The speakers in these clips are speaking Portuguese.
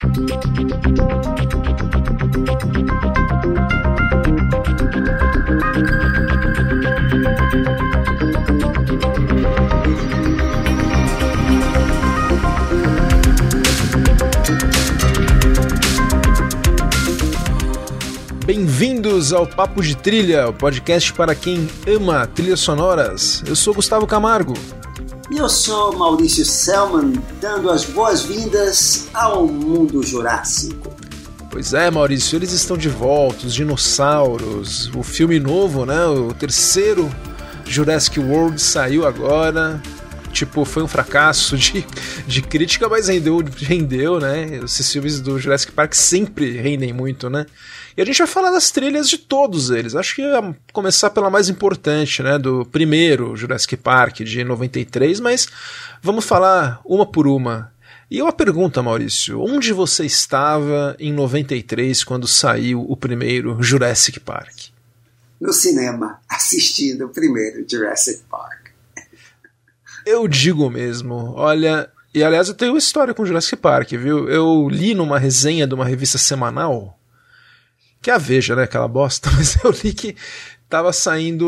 Bem-vindos ao Papo de Trilha, o podcast para quem ama trilhas sonoras. Eu sou Gustavo Camargo. E eu sou Maurício Selman, dando as boas-vindas ao mundo jurássico. Pois é, Maurício, eles estão de volta, os dinossauros, o filme novo, né, o terceiro Jurassic World saiu agora. Tipo, foi um fracasso de crítica, mas rendeu, né? Esses filmes do Jurassic Park sempre rendem muito, né? E a gente vai falar das trilhas de todos eles. Acho que ia começar pela mais importante, né? Do primeiro Jurassic Park, de 93, mas vamos falar uma por uma. E uma pergunta, Maurício, onde você estava em 93 quando saiu o primeiro Jurassic Park? No cinema, assistindo o primeiro Jurassic Park. Eu digo mesmo, olha, e aliás eu tenho uma história com Jurassic Park, viu? Eu li numa resenha de uma revista semanal, que é a Veja, né, aquela bosta, mas eu li que tava saindo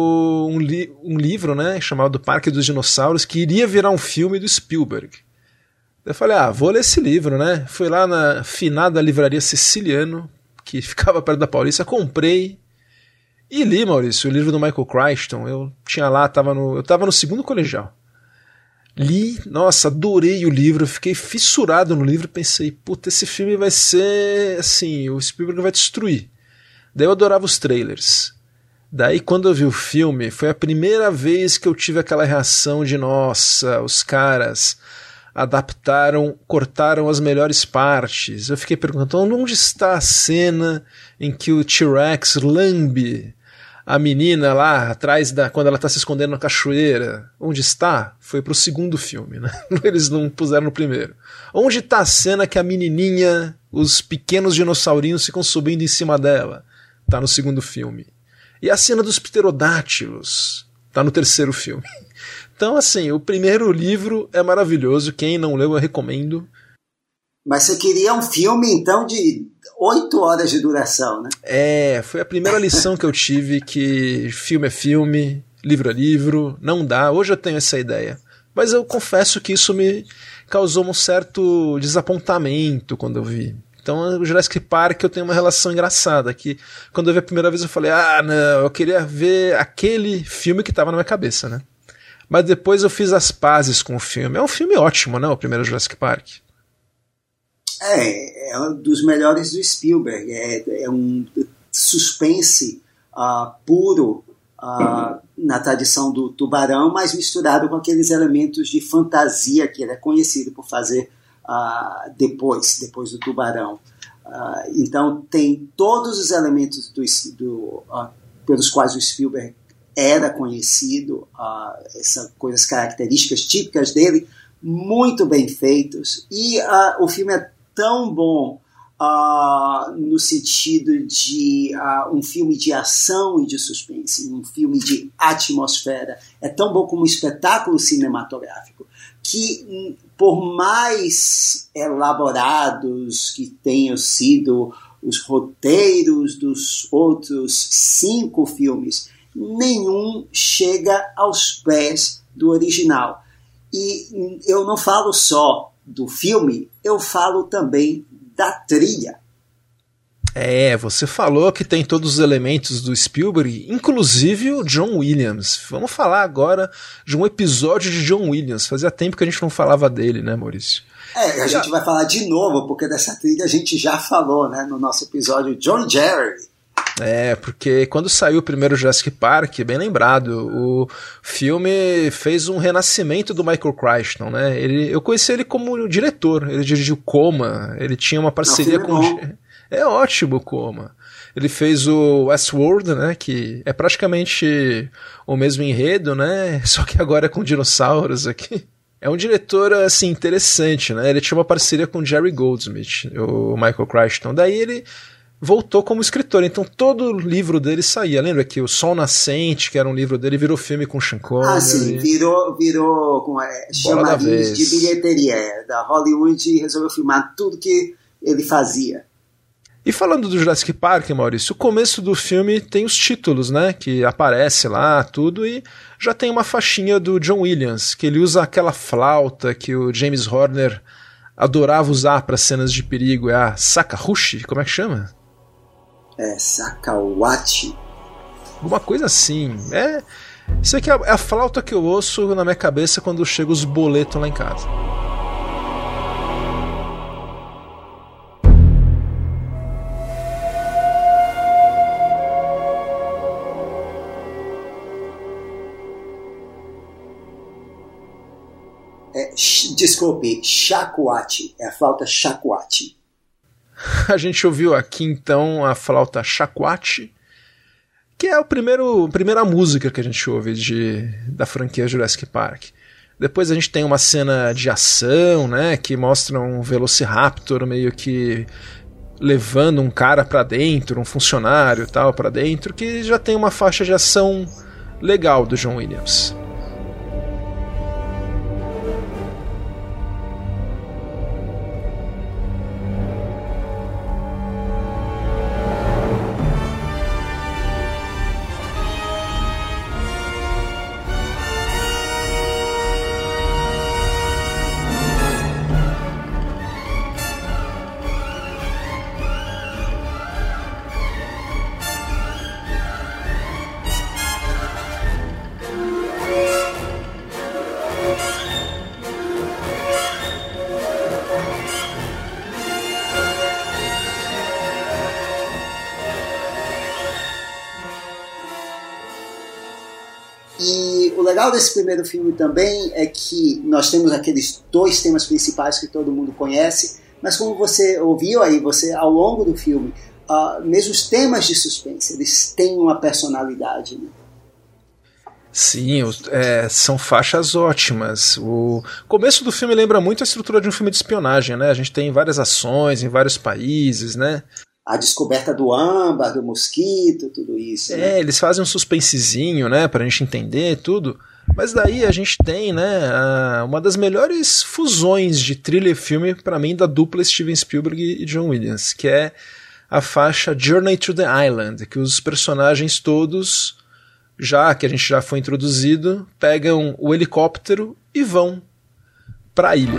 um livro, né, chamado Parque dos Dinossauros, que iria virar um filme do Spielberg. Eu falei, vou ler esse livro, né? Fui lá na finada livraria Siciliano, que ficava perto da Paulista, comprei e li, Maurício, o livro do Michael Crichton. Eu tinha lá, eu tava no segundo colegial. Li, nossa, adorei o livro, fiquei fissurado no livro, pensei, puta, esse filme vai ser, assim, o Spielberg vai destruir. Daí eu adorava os trailers. Daí quando eu vi o filme, foi a primeira vez que eu tive aquela reação de, nossa, os caras adaptaram, cortaram as melhores partes. Eu fiquei perguntando, onde está a cena em que o T-Rex lambe a menina lá atrás quando ela está se escondendo na cachoeira? Onde está? Foi pro segundo filme, né? Eles não puseram no primeiro. Onde está a cena que a menininha, os pequenos dinossaurinhos ficam subindo em cima dela? Tá no segundo filme. E a cena dos pterodátilos? Tá no terceiro filme. Então, assim, o primeiro livro é maravilhoso. Quem não leu, eu recomendo. Mas você queria um filme, então, de 8 horas de duração, né? Foi a primeira lição que eu tive, que filme é filme, livro é livro, não dá. Hoje eu tenho essa ideia. Mas eu confesso que isso me causou um certo desapontamento quando eu vi. Então, o Jurassic Park eu tenho uma relação engraçada, que quando eu vi a primeira vez eu falei, não, eu queria ver aquele filme que estava na minha cabeça, né? Mas depois eu fiz as pazes com o filme. É um filme ótimo, né? O primeiro Jurassic Park. É um dos melhores do Spielberg. É um suspense puro na tradição do Tubarão, mas misturado com aqueles elementos de fantasia que ele é conhecido por fazer depois do Tubarão. Então tem todos os elementos pelos quais o Spielberg era conhecido, essas coisas, características típicas dele, muito bem feitos. E o filme é tão bom no sentido de um filme de ação e de suspense, um filme de atmosfera. É tão bom como um espetáculo cinematográfico que, por mais elaborados que tenham sido os roteiros dos outros 5 filmes, nenhum chega aos pés do original. E eu não falo só do filme, eu falo também da trilha. Você falou que tem todos os elementos do Spielberg, inclusive o John Williams. Vamos falar agora de um episódio de John Williams. Fazia tempo que a gente não falava dele, né, Maurício? A gente vai falar de novo, porque dessa trilha a gente já falou, né, no nosso episódio John Jerry. Porque quando saiu o primeiro Jurassic Park, bem lembrado, o filme fez um renascimento do Michael Crichton, né? Eu conheci ele como diretor, ele dirigiu Coma, ele tinha uma parceria com... É ótimo, Coma. Ele fez o Westworld, né? Que é praticamente o mesmo enredo, né? Só que agora é com dinossauros aqui. É um diretor, assim, interessante, né? Ele tinha uma parceria com Jerry Goldsmith, o Michael Crichton. Daí ele voltou como escritor, então todo livro dele saía. Lembra que o Sol Nascente, que era um livro dele, virou filme com Sean Connery. Sim, virou chamariz de bilheteria da Hollywood, resolveu filmar tudo que ele fazia. E falando do Jurassic Park, Maurício, o começo do filme tem os títulos, né, que aparece lá, tudo, e já tem uma faixinha do John Williams, que ele usa aquela flauta que o James Horner adorava usar para cenas de perigo, é a Sakahushi, como é que chama? Sakawachi. Alguma coisa assim, isso aqui é a flauta que eu ouço na minha cabeça quando chega os boletos lá em casa. Desculpe, shakuhachi, é a flauta shakuhachi. A gente ouviu aqui então a flauta shakuhachi, que é a primeira música que a gente ouve da franquia Jurassic Park. Depois a gente tem uma cena de ação, né, que mostra um Velociraptor meio que levando um cara pra dentro, um funcionário e tal pra dentro, que já tem uma faixa de ação legal do John Williams. E o legal desse primeiro filme também é que nós temos aqueles 2 temas principais que todo mundo conhece, mas como você ouviu aí, ao longo do filme, mesmo os temas de suspense, eles têm uma personalidade, né? Sim, são faixas ótimas. O começo do filme lembra muito a estrutura de um filme de espionagem, né? A gente tem várias ações em vários países, né? A descoberta do âmbar, do mosquito, tudo isso. Né? Eles fazem um suspensezinho, né, pra gente entender tudo. Mas daí a gente tem, né, uma das melhores fusões de trilha e filme, pra mim, da dupla Steven Spielberg e John Williams, que é a faixa Journey to the Island, que os personagens todos, que a gente já foi introduzido, pegam o helicóptero e vão pra ilha.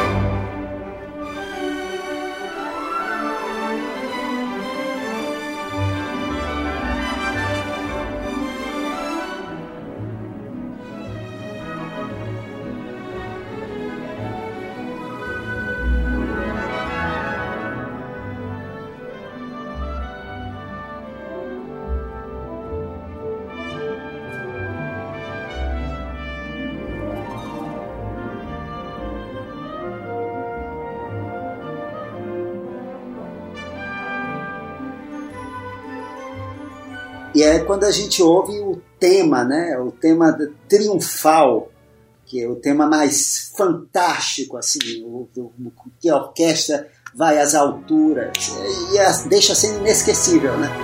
E é quando a gente ouve o tema, né? O tema triunfal, que é o tema mais fantástico, assim, que a orquestra vai às alturas e deixa sendo inesquecível, né?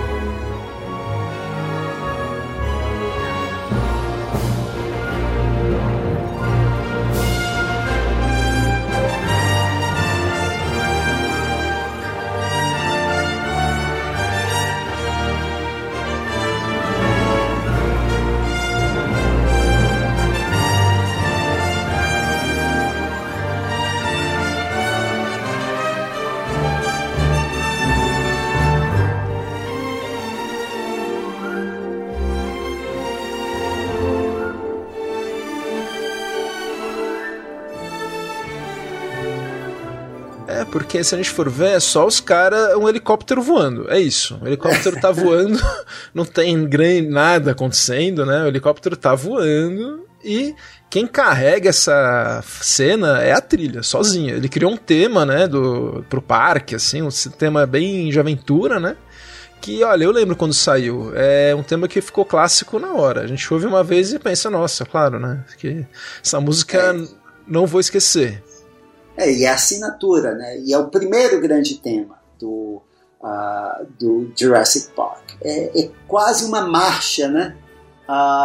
Porque se a gente for ver, é só os caras, um helicóptero voando, é isso. O helicóptero tá voando, não tem nada acontecendo, né? O helicóptero tá voando e quem carrega essa cena é a trilha, sozinha. Ele criou um tema, né, pro parque, assim, um tema bem de aventura, né? Que, olha, eu lembro quando saiu, é um tema que ficou clássico na hora. A gente ouve uma vez e pensa, nossa, claro, né? Que essa música não vou esquecer. E é a assinatura, né? E é o primeiro grande tema do Jurassic Park. É quase uma marcha, né?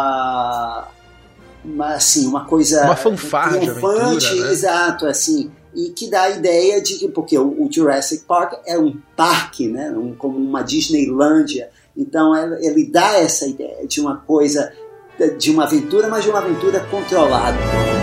Assim, uma coisa uma fanfarra triunfante, de aventura, né? Exato, assim. e que dá a ideia de que, porque o Jurassic Park é um parque, né, como uma Disneylândia, então ele dá essa ideia de uma coisa, de uma aventura, mas de uma aventura controlada.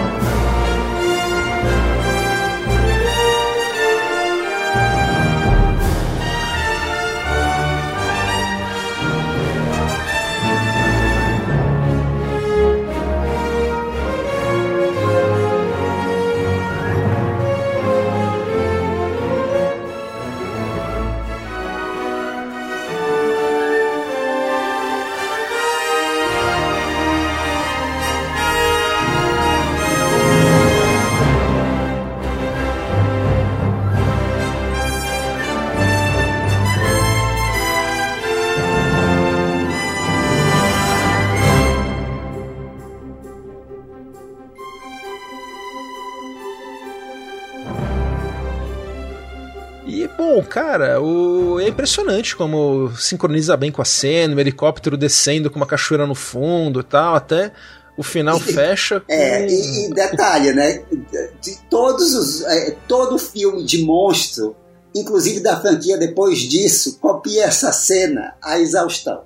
Bom, cara, é impressionante como sincroniza bem com a cena, o helicóptero descendo com uma cachoeira no fundo e tal, até o final fecha com... E detalhe, né? De todo filme de monstro, inclusive da franquia depois disso, copia essa cena à exaustão.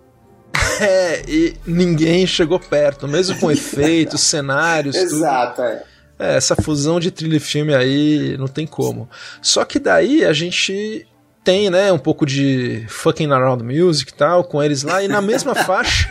E ninguém chegou perto, mesmo com efeitos, cenários, Exato, tudo. Essa fusão de trilha e filme aí não tem como. Só que daí a gente tem, né, um pouco de Fucking Around Music e tal, com eles lá, e na mesma faixa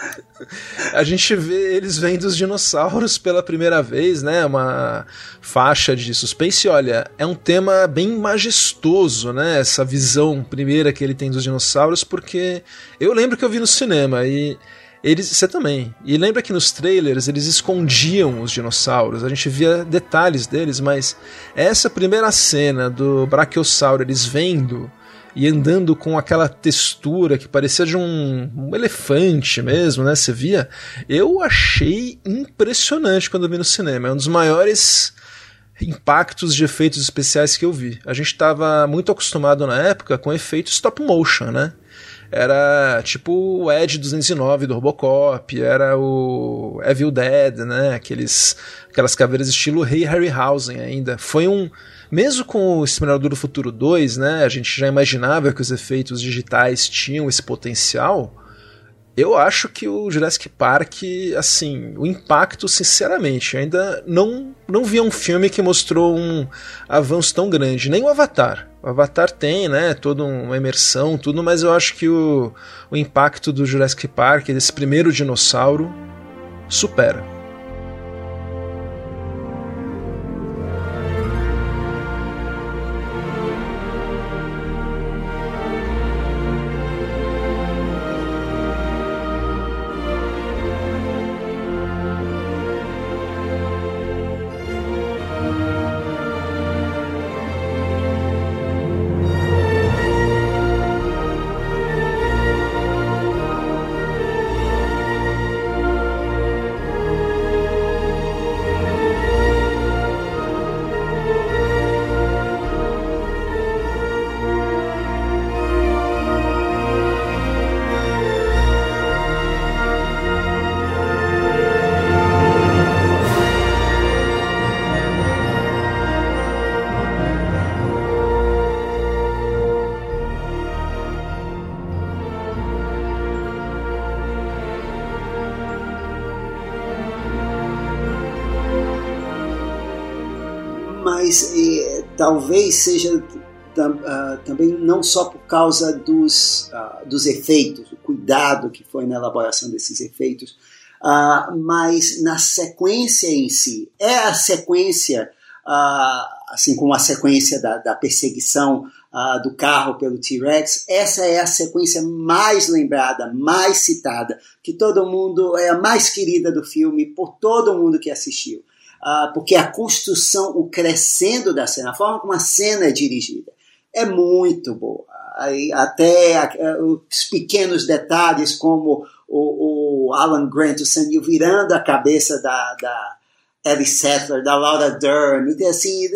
a gente vê eles vendo os dinossauros pela primeira vez, né, uma faixa de suspense. E olha, é um tema bem majestoso, né, essa visão primeira que ele tem dos dinossauros, porque eu lembro que eu vi no cinema e... você também. E lembra que nos trailers eles escondiam os dinossauros, a gente via detalhes deles, mas essa primeira cena do Brachiosauro eles vendo e andando com aquela textura que parecia de um elefante mesmo, né? Você via? Eu achei impressionante quando eu vi no cinema. É um dos maiores impactos de efeitos especiais que eu vi. A gente estava muito acostumado na época com efeitos stop motion, né? Era tipo o Ed 209 do Robocop, era o Evil Dead, né? Aquelas caveiras estilo Rei Harryhausen ainda. Foi mesmo com o Exterminador do Futuro 2, né? A gente já imaginava que os efeitos digitais tinham esse potencial. Eu acho que o Jurassic Park, assim, o impacto, sinceramente, ainda não vi um filme que mostrou um avanço tão grande, nem o Avatar. O Avatar tem, né, toda uma imersão, tudo, mas eu acho que o impacto do Jurassic Park, desse primeiro dinossauro, supera. Mas talvez seja também não só por causa dos efeitos, o cuidado que foi na elaboração desses efeitos, mas na sequência em si. É a sequência, assim como a sequência da perseguição do carro pelo T-Rex, essa é a sequência mais lembrada, mais citada, que todo mundo, é a mais querida do filme por todo mundo que assistiu. Porque a construção, o crescendo da cena, a forma como a cena é dirigida, é muito boa. Até os pequenos detalhes, como o Alan Grant, o Sam Neill, virando a cabeça da Ellie Sattler, da Laura Dern, assim,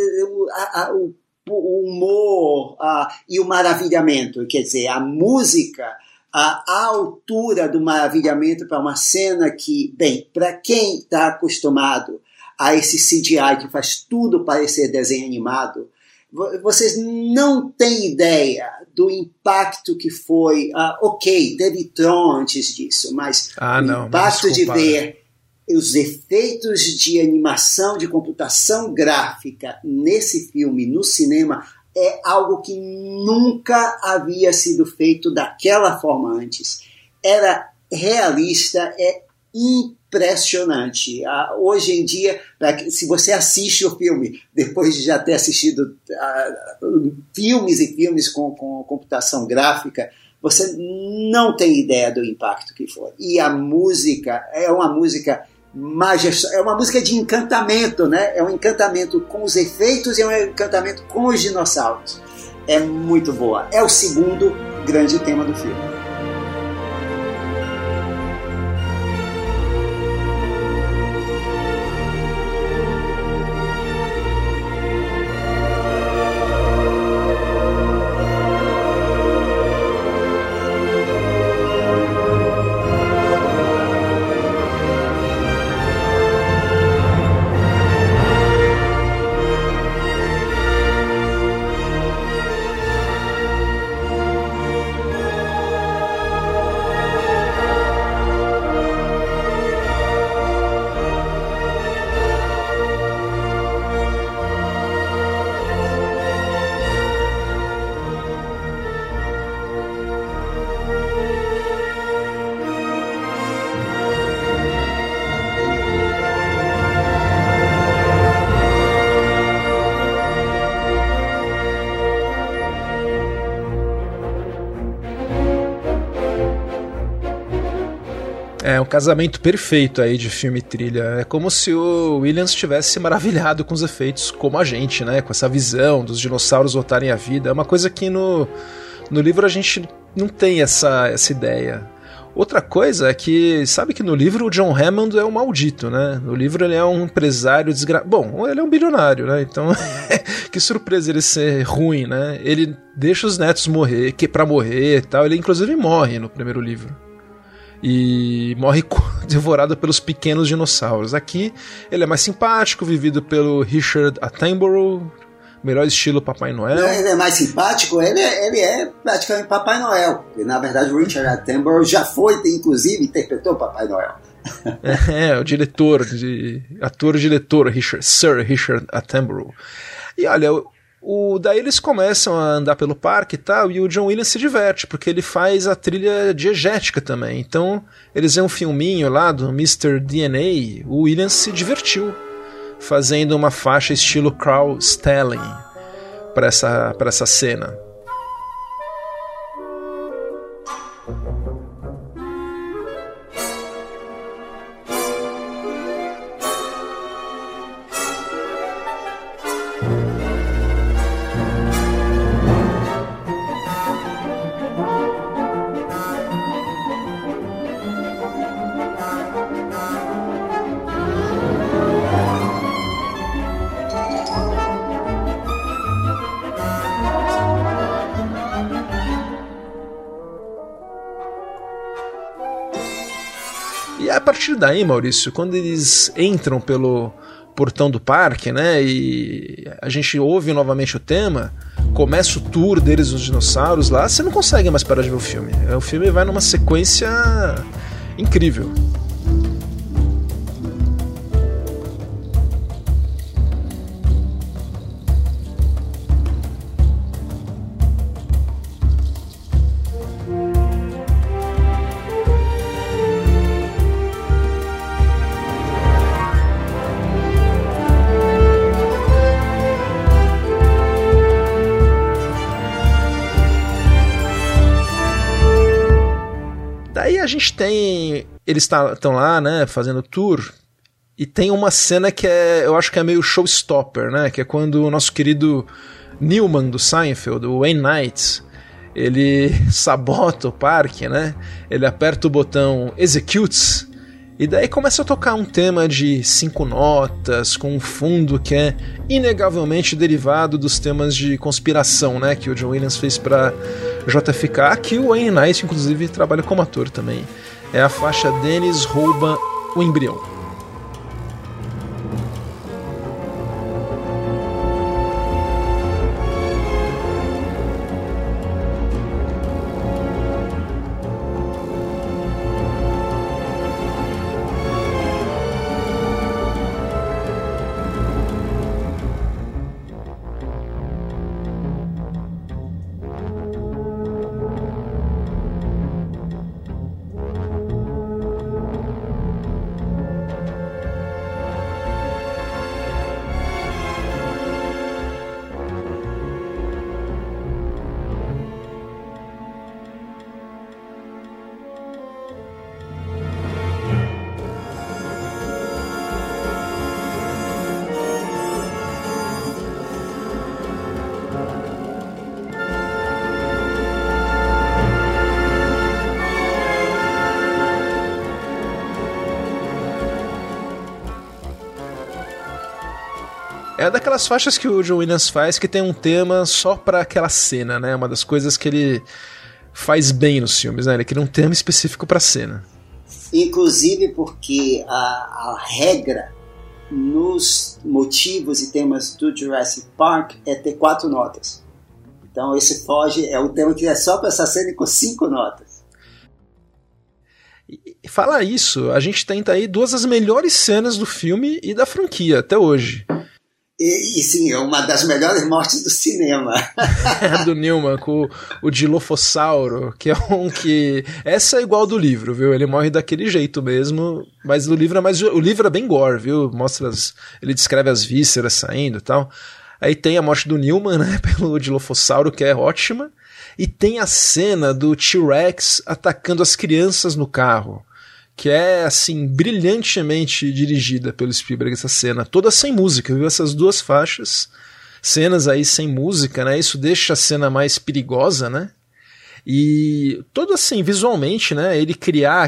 o humor e o maravilhamento, quer dizer, a música, a altura do maravilhamento para uma cena que, bem, para quem está acostumado a esse CGI que faz tudo parecer desenho animado, vocês não têm ideia do impacto que foi. Ok, teve Tron antes disso, mas o impacto de ver os efeitos de animação, de computação gráfica nesse filme, no cinema, é algo que nunca havia sido feito daquela forma antes. Era realista, é impressionante. Hoje em dia, se você assiste o filme, depois de já ter assistido filmes e filmes com computação gráfica, você não tem ideia do impacto que foi. E a música é uma música majestosa, é uma música de encantamento, né? É um encantamento com os efeitos e é um encantamento com os dinossauros. É muito boa. É o segundo grande tema do filme. É um casamento perfeito aí de filme e trilha. É como se o Williams tivesse maravilhado com os efeitos, como a gente, né? Com essa visão dos dinossauros voltarem à vida. É uma coisa que no livro a gente não tem essa ideia. Outra coisa é que, sabe que no livro o John Hammond é um maldito, né? No livro ele é um empresário Bom, ele é um bilionário, né? Então, que surpresa ele ser ruim, né? Ele deixa os netos morrer, pra morrer e tal. Ele inclusive morre no primeiro livro. E morre devorado pelos pequenos dinossauros. Aqui ele é mais simpático, vivido pelo Richard Attenborough, melhor estilo Papai Noel. Ele é mais simpático, ele é praticamente Papai Noel. E, na verdade, o Richard Attenborough já foi, inclusive, interpretou Papai Noel. O diretor, ator-diretor, Sir Richard Attenborough. E olha, daí eles começam a andar pelo parque e tal, e o John Williams se diverte, porque ele faz a trilha diegética também. Então, eles veem um filminho lá do Mr. DNA, o Williams se divertiu fazendo uma faixa estilo Carl Stalling para essa cena. E a partir daí, Maurício, quando eles entram pelo portão do parque, né, e a gente ouve novamente o tema, começa o tour deles, os dinossauros lá, você não consegue mais parar de ver o filme. O filme vai numa sequência incrível. Daí a gente tem... Eles estão lá, né, fazendo tour, e tem uma cena que eu acho que é meio showstopper, né, que é quando o nosso querido Newman do Seinfeld, o Wayne Knight, ele sabota o parque, né, ele aperta o botão Executes, e daí começa a tocar um tema de 5 notas, com um fundo que é inegavelmente derivado dos temas de conspiração, né, que o John Williams fez para JFK, que o Wayne Knight, inclusive, trabalha como ator também. É a faixa Dennis rouba o embrião. É daquelas faixas que o John Williams faz que tem um tema só pra aquela cena, né? Uma das coisas que ele faz bem nos filmes, né? Ele cria um tema específico pra cena. Inclusive porque a regra nos motivos e temas do Jurassic Park é ter 4 notas. Então esse foge, é um tema que é só para essa cena com 5 notas. E falar isso, a gente tenta aí 2 das melhores cenas do filme e da franquia até hoje. E sim, é uma das melhores mortes do cinema. É do Newman, com o Dilophosauro, que é um que... Essa é igual ao do livro, viu? Ele morre daquele jeito mesmo, mas o livro é bem gore, viu? Ele descreve as vísceras saindo e tal. Aí tem a morte do Newman, né, pelo Dilophosauro, que é ótima. E tem a cena do T-Rex atacando as crianças no carro, que é, assim, brilhantemente dirigida pelo Spielberg, essa cena, toda sem música, viu? Essas 2 faixas, cenas aí sem música, né? Isso deixa a cena mais perigosa, né? E todo assim, visualmente, né? Ele criar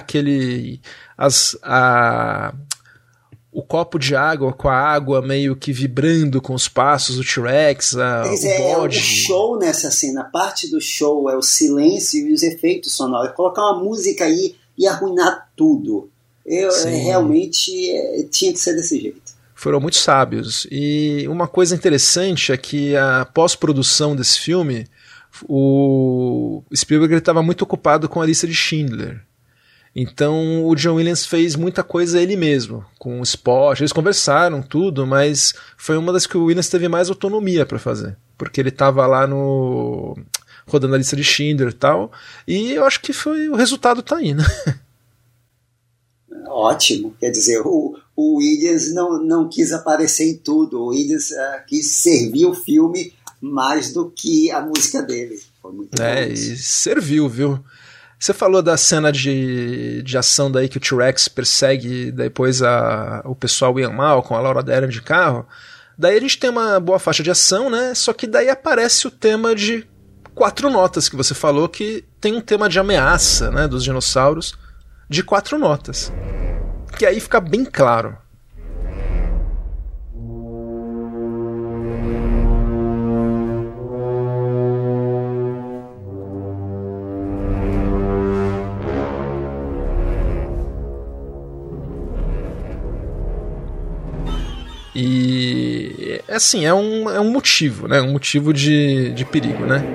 o copo de água com a água meio que vibrando com os passos, o T-Rex, o bode. O show nessa cena, parte do show é o silêncio e os efeitos sonoros. Colocar uma música aí e arruinar tudo. Realmente tinha que ser desse jeito. Foram muito sábios. E uma coisa interessante é que a pós-produção desse filme, o Spielberg estava muito ocupado com a lista de Schindler. Então o John Williams fez muita coisa ele mesmo, com o spot. Eles conversaram tudo, mas foi uma das que o Williams teve mais autonomia para fazer, porque ele estava lá rodando a lista de Schindler e tal, e eu acho que o resultado tá aí, né? Ótimo, quer dizer, o Williams não quis aparecer em tudo, o Williams quis servir o filme mais do que a música dele. Foi muito bom isso. E serviu, viu? Você falou da cena de ação daí que o T-Rex persegue depois o pessoal Ian Malcolm, a Laura Dern de carro. Daí a gente tem uma boa faixa de ação, né? Só que daí aparece o tema de 4 notas que você falou, que tem um tema de ameaça, né, dos dinossauros, de 4 notas. Que aí fica bem claro. E assim, é um motivo, né? Um motivo de perigo, né?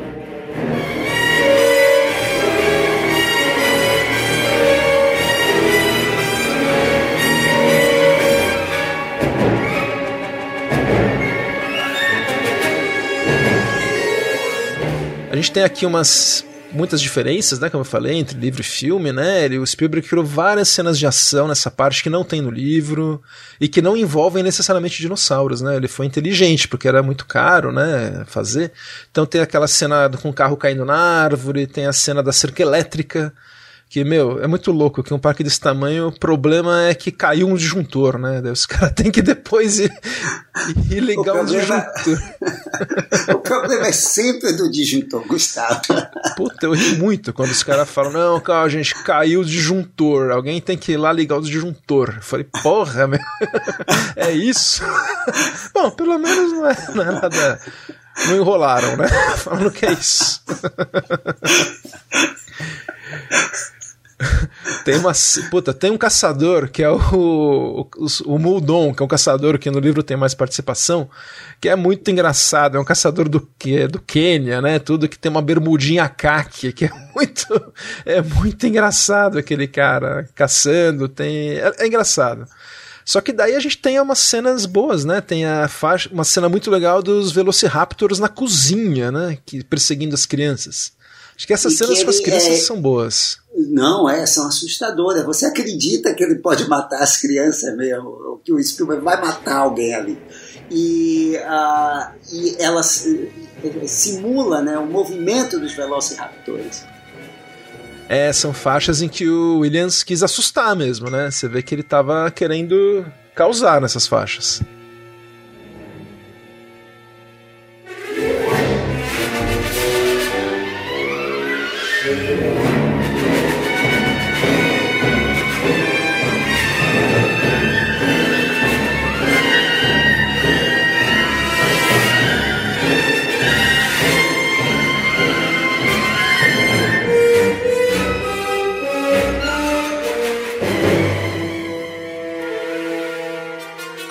A gente tem aqui muitas diferenças, né, como eu falei, entre livro e filme, né? O Spielberg criou várias cenas de ação nessa parte que não tem no livro e que não envolvem necessariamente dinossauros, né? Ele foi inteligente, porque era muito caro, né, fazer. Então tem aquela cena com o carro caindo na árvore, tem a cena da cerca elétrica, que, é muito louco que um parque desse tamanho, o problema é que caiu um disjuntor, né? Daí os caras têm que depois ir ligar um disjuntor. O problema é sempre do disjuntor, Gustavo. Puta, eu ri muito quando os caras falam, não, cara, gente, caiu o disjuntor, alguém tem que ir lá ligar o disjuntor. Eu falei, porra, meu, é isso? Bom, pelo menos não é nada, não enrolaram, né? Falando que é isso. Tem um caçador que é o Muldon, que é um caçador que no livro tem mais participação, que é muito engraçado, é um caçador do Quênia, né, tudo, que tem uma bermudinha caqui, que é muito engraçado aquele cara caçando, é engraçado. Só que daí a gente tem umas cenas boas, né? Tem uma cena muito legal dos Velociraptors na cozinha, né, perseguindo as crianças. Acho que essas cenas com as crianças são boas. Não, são assustadoras. Você acredita que ele pode matar as crianças mesmo? Que o Spielberg vai matar alguém ali. E ela simula, né, o movimento dos Velociraptors. São faixas em que o Williams quis assustar mesmo, né? Você vê que ele estava querendo causar nessas faixas.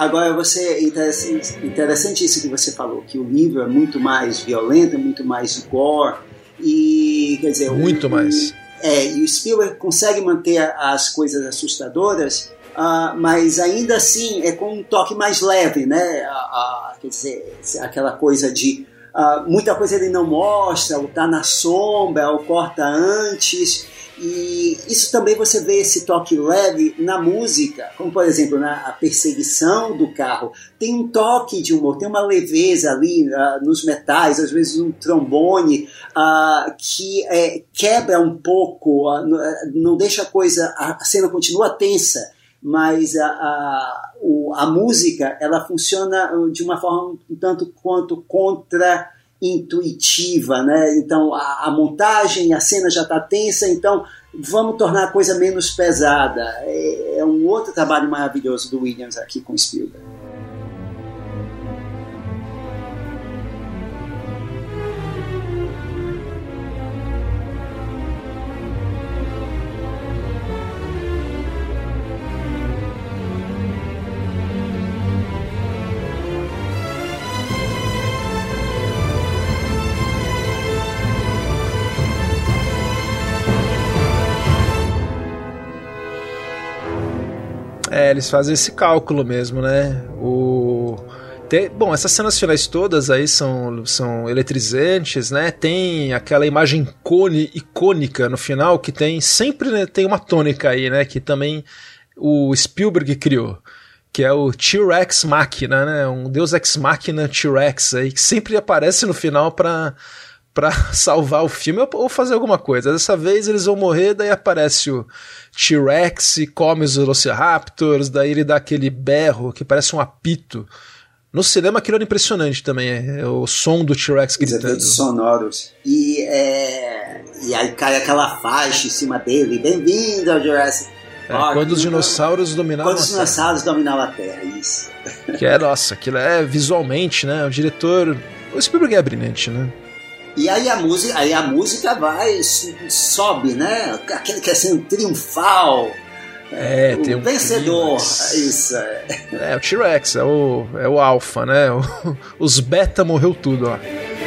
Agora, interessante isso que você falou, que o livro é muito mais violento, muito mais gore, e quer dizer... Muito mais. E o Spielberg consegue manter as coisas assustadoras, mas ainda assim é com um toque mais leve, né? Quer dizer, aquela coisa de... muita coisa ele não mostra, ou tá na sombra, ou corta antes... E isso também você vê esse toque leve na música, como por exemplo na perseguição do carro. Tem um toque de humor, tem uma leveza ali nos metais, às vezes um trombone que quebra um pouco, não deixa a cena continua tensa, mas a música ela funciona de uma forma um tanto quanto intuitiva, né? Então a montagem, a cena já está tensa, então vamos tornar a coisa menos pesada. É um outro trabalho maravilhoso do Williams aqui com Spielberg. Eles fazem esse cálculo mesmo, né? Bom, essas cenas finais todas aí são eletrizantes, né? Tem aquela imagem icônica no final que sempre, né, tem uma tônica aí, né? Que também o Spielberg criou, que é o T-Rex Machina, né? Um Deus Ex Machina T-Rex aí, que sempre aparece no final pra salvar o filme ou fazer alguma coisa. Dessa vez eles vão morrer, daí aparece o T-Rex e come os Velociraptors, daí ele dá aquele berro que parece um apito. No cinema aquilo era impressionante também, é o som do T-Rex gritando. Os efeitos sonoros. E aí cai aquela faixa em cima dele, bem-vindo ao Jurassic Park. Quando os dinossauros dominavam a Terra, isso. Nossa, aquilo visualmente, né, o diretor... O Spielberg é brilhante, né? E aí a música sobe, né? Aquele que é sendo triunfal. Tem um vencedor. Isso. O T-Rex, é o alfa, né? Os beta morreu tudo, ó.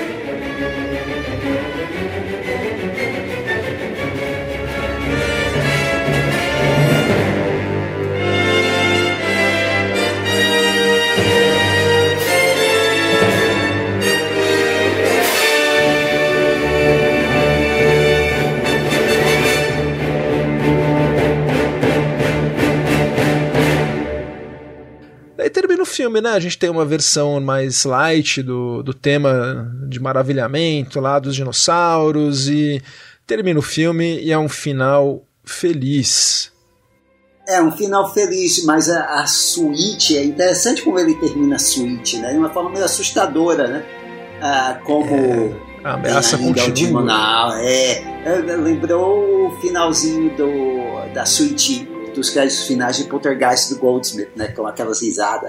Termina o filme, né? A gente tem uma versão mais light do tema de maravilhamento lá dos dinossauros e termina o filme e é um final feliz. É um final feliz, mas a suíte, é interessante como ele termina a suíte, né? De uma forma meio assustadora, né? Como a ameaça continua. Lembrou o finalzinho da suíte dos créditos finais de Poltergeist do Goldsmith, né? Com aquelas risadas.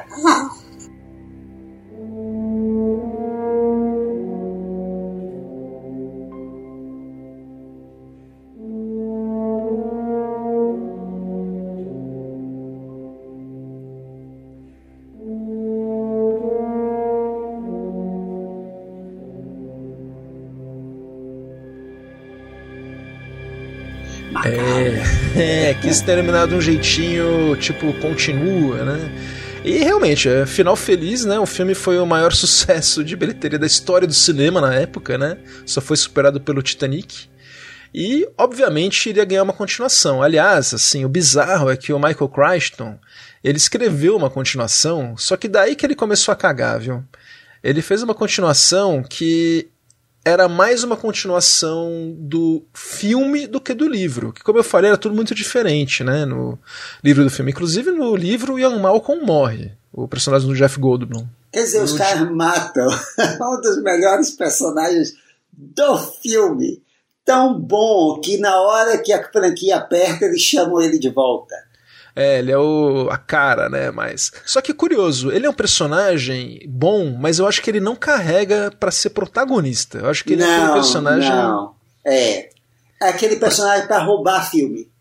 Quis terminar de um jeitinho, tipo, continua, né? E realmente, final feliz, né? O filme foi o maior sucesso de bilheteria da história do cinema na época, né? Só foi superado pelo Titanic. E, obviamente, iria ganhar uma continuação. Aliás, assim, o bizarro é que o Michael Crichton, ele escreveu uma continuação, só que daí que ele começou a cagar, viu? Ele fez uma continuação que era mais uma continuação do filme do que do livro, que, como eu falei, era tudo muito diferente, né, no livro do filme. Inclusive, no livro, o Ian Malcolm morre, o personagem do Jeff Goldblum. Quer dizer, os caras matam um dos melhores personagens do filme. Tão bom que na hora que a franquia aperta, eles chamam ele de volta. Ele é a cara, né? Mas só que curioso, ele é um personagem bom, mas eu acho que ele não carrega pra ser protagonista. Eu acho que ele é aquele personagem. Não, é aquele personagem pra roubar filme.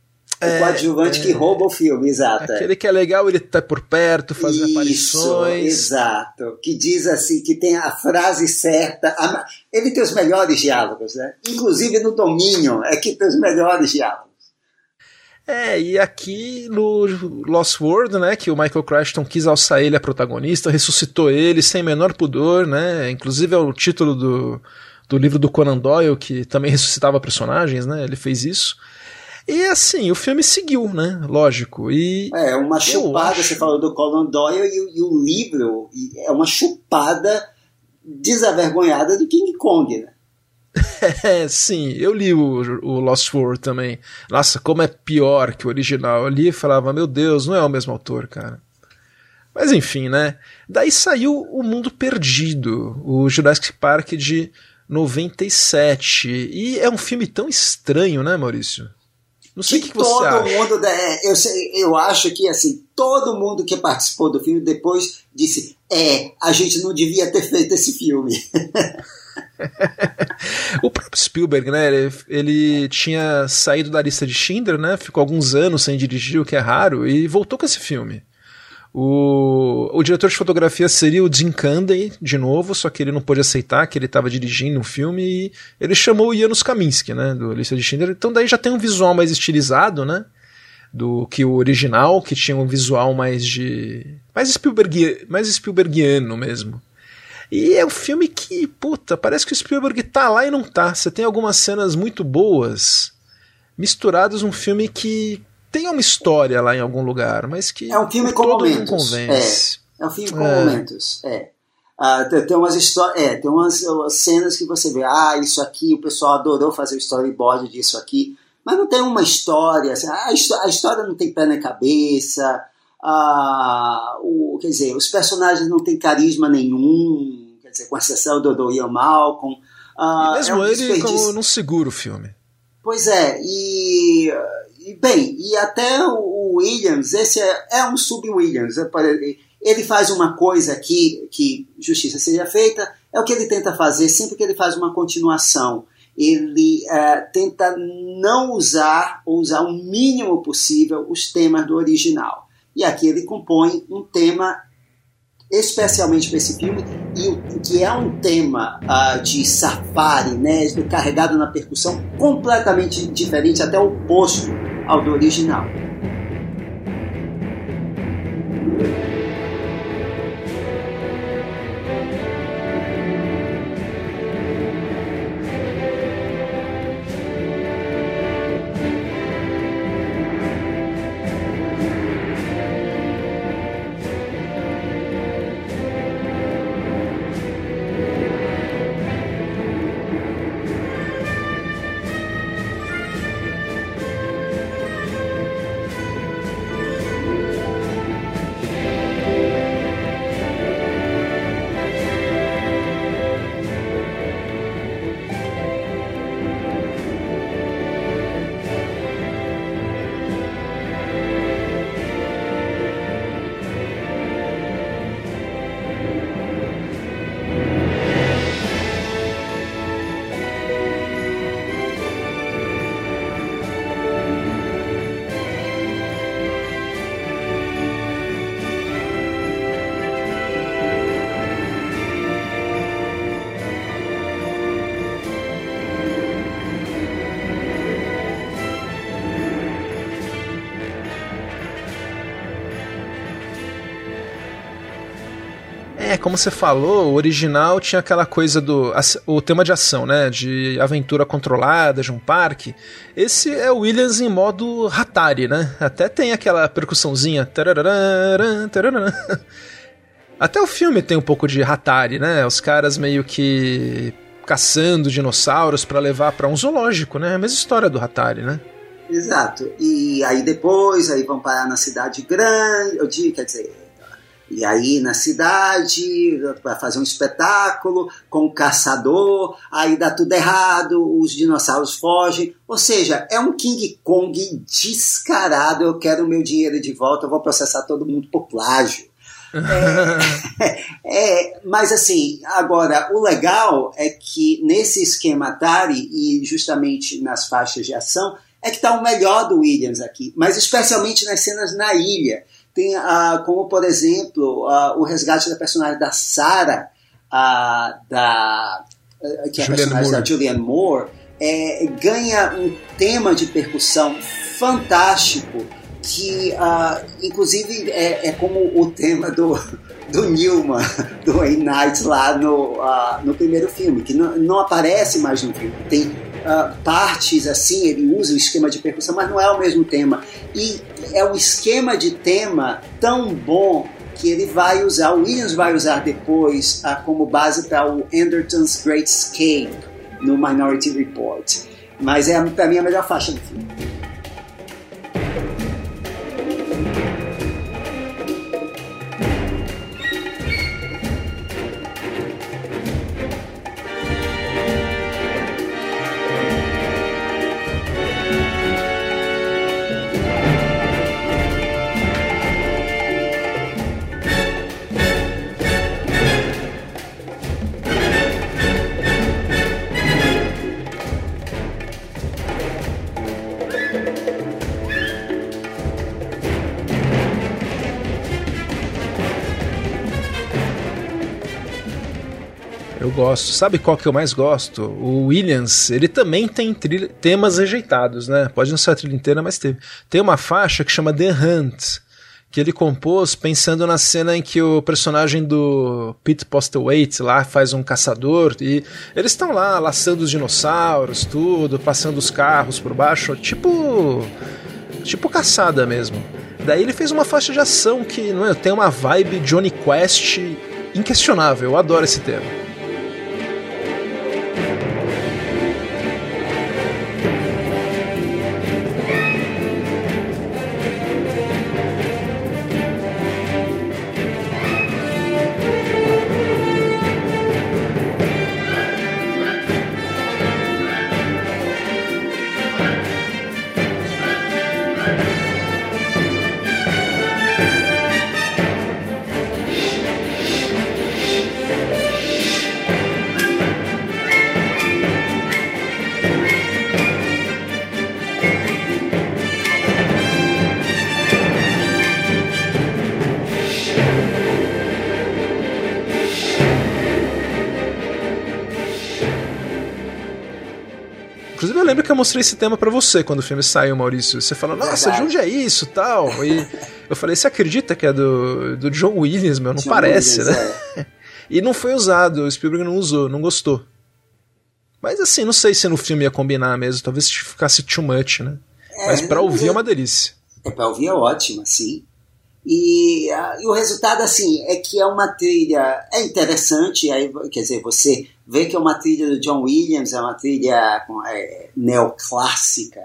O coadjuvante que rouba o filme, exato. Aquele que é legal, ele tá por perto, fazendo aparições. Exato. Que diz assim, que tem a frase certa. Ele tem os melhores diálogos, né? Inclusive no Dominion, é que tem os melhores diálogos. E aqui no Lost World, né, que o Michael Crichton quis alçar ele a protagonista, ressuscitou ele sem menor pudor, né, inclusive é o título do livro do Conan Doyle, que também ressuscitava personagens, né, ele fez isso. E assim, o filme seguiu, né, lógico. E uma chupada, você falou do Conan Doyle, e o livro é uma chupada desavergonhada do King Kong, né. Sim, eu li o Lost World também. Nossa, como é pior que o original. Eu li e falava, meu Deus, não é o mesmo autor, cara. Mas enfim, né? Daí saiu O Mundo Perdido, o Jurassic Park de 97. E é um filme tão estranho, né, Maurício? Não sei o que você acha. Eu acho que assim, todo mundo que participou do filme depois disse, a gente não devia ter feito esse filme. O próprio Spielberg, né, ele tinha saído da lista de Schindler, né, ficou alguns anos sem dirigir, o que é raro, e voltou com esse filme. O diretor de fotografia seria o Jim Candy, de novo, só que ele não pôde aceitar que ele estava dirigindo um filme, e ele chamou o Janusz Kaminski, né, do lista de Schindler. Então daí já tem um visual mais estilizado, né, do que o original, que tinha um visual mais Spielbergiano mesmo. E é um filme que, parece que o Spielberg tá lá e não tá. Você tem algumas cenas muito boas misturadas num filme que tem uma história lá em algum lugar, mas que é um filme com momentos. Não convence. É um filme com momentos. Tem umas histórias, tem umas cenas que você vê, isso aqui, o pessoal adorou fazer o storyboard disso aqui, mas não tem uma história, assim, a história não tem pé na cabeça. Quer dizer, os personagens não têm carisma nenhum, quer dizer, com exceção do Ian Malcolm. E mesmo ele não segura o filme. Pois é, e até o Williams, esse é um sub-Williams. Ele faz uma coisa aqui, que justiça seja feita, é o que ele tenta fazer sempre que ele faz uma continuação. Ele tenta não usar, ou usar o mínimo possível, os temas do original. E aqui ele compõe um tema especialmente para esse filme, e que é um tema de safari, né, carregado na percussão, completamente diferente, até oposto ao do original. Como você falou, o original tinha aquela coisa o tema de ação, né, de aventura controlada, de um parque. Esse é o Williams em modo Atari, né, até tem aquela percussãozinha. Até o filme tem um pouco de Atari, né, os caras meio que caçando dinossauros para levar para um zoológico, né, a mesma história do Atari, né. Exato, e aí depois vão parar na cidade grande, quer dizer... E aí na cidade, para fazer um espetáculo com o caçador, aí dá tudo errado, os dinossauros fogem. Ou seja, é um King Kong descarado, eu quero o meu dinheiro de volta, eu vou processar todo mundo por plágio. Mas assim, agora, o legal é que nesse esquema Atari, e justamente nas faixas de ação, é que está o melhor do Williams aqui, mas especialmente nas cenas na ilha. Tem, como, por exemplo, o resgate da personagem da Sarah, que é a personagem da Julianne Moore, ganha um tema de percussão fantástico, que inclusive é como o tema do Newman, do Wayne Knight lá no primeiro filme, que não aparece mais no filme. Tem partes assim, ele usa o esquema de percussão, mas não é o mesmo tema. E é um esquema de tema tão bom que o Williams vai usar depois como base para o Anderton's Great Escape no Minority Report. Mas para mim a melhor faixa do filme. Eu gosto. Sabe qual que eu mais gosto? O Williams, ele também tem temas rejeitados, né? Pode não ser a trilha inteira, mas teve. Tem uma faixa que chama The Hunt, que ele compôs pensando na cena em que o personagem do Pete Postlethwaite lá faz um caçador e eles estão lá laçando os dinossauros, tudo, passando os carros por baixo, tipo caçada mesmo. Daí ele fez uma faixa de ação que tem uma vibe Johnny Quest inquestionável. Eu adoro esse tema. Inclusive eu lembro que eu mostrei esse tema pra você quando o filme saiu, Maurício. Você falou, nossa, de onde é isso, tal? E eu falei, você acredita que é do John Williams, meu? Não John parece, Williams, né? E não foi usado, o Spielberg não usou, não gostou. Mas assim, não sei se no filme ia combinar mesmo, talvez ficasse too much, né? Mas pra ouvir é uma delícia. Pra ouvir é ótimo, sim. E o resultado, assim, é que é uma trilha interessante, aí, quer dizer, você vê que é uma trilha do John Williams, é uma trilha neoclássica,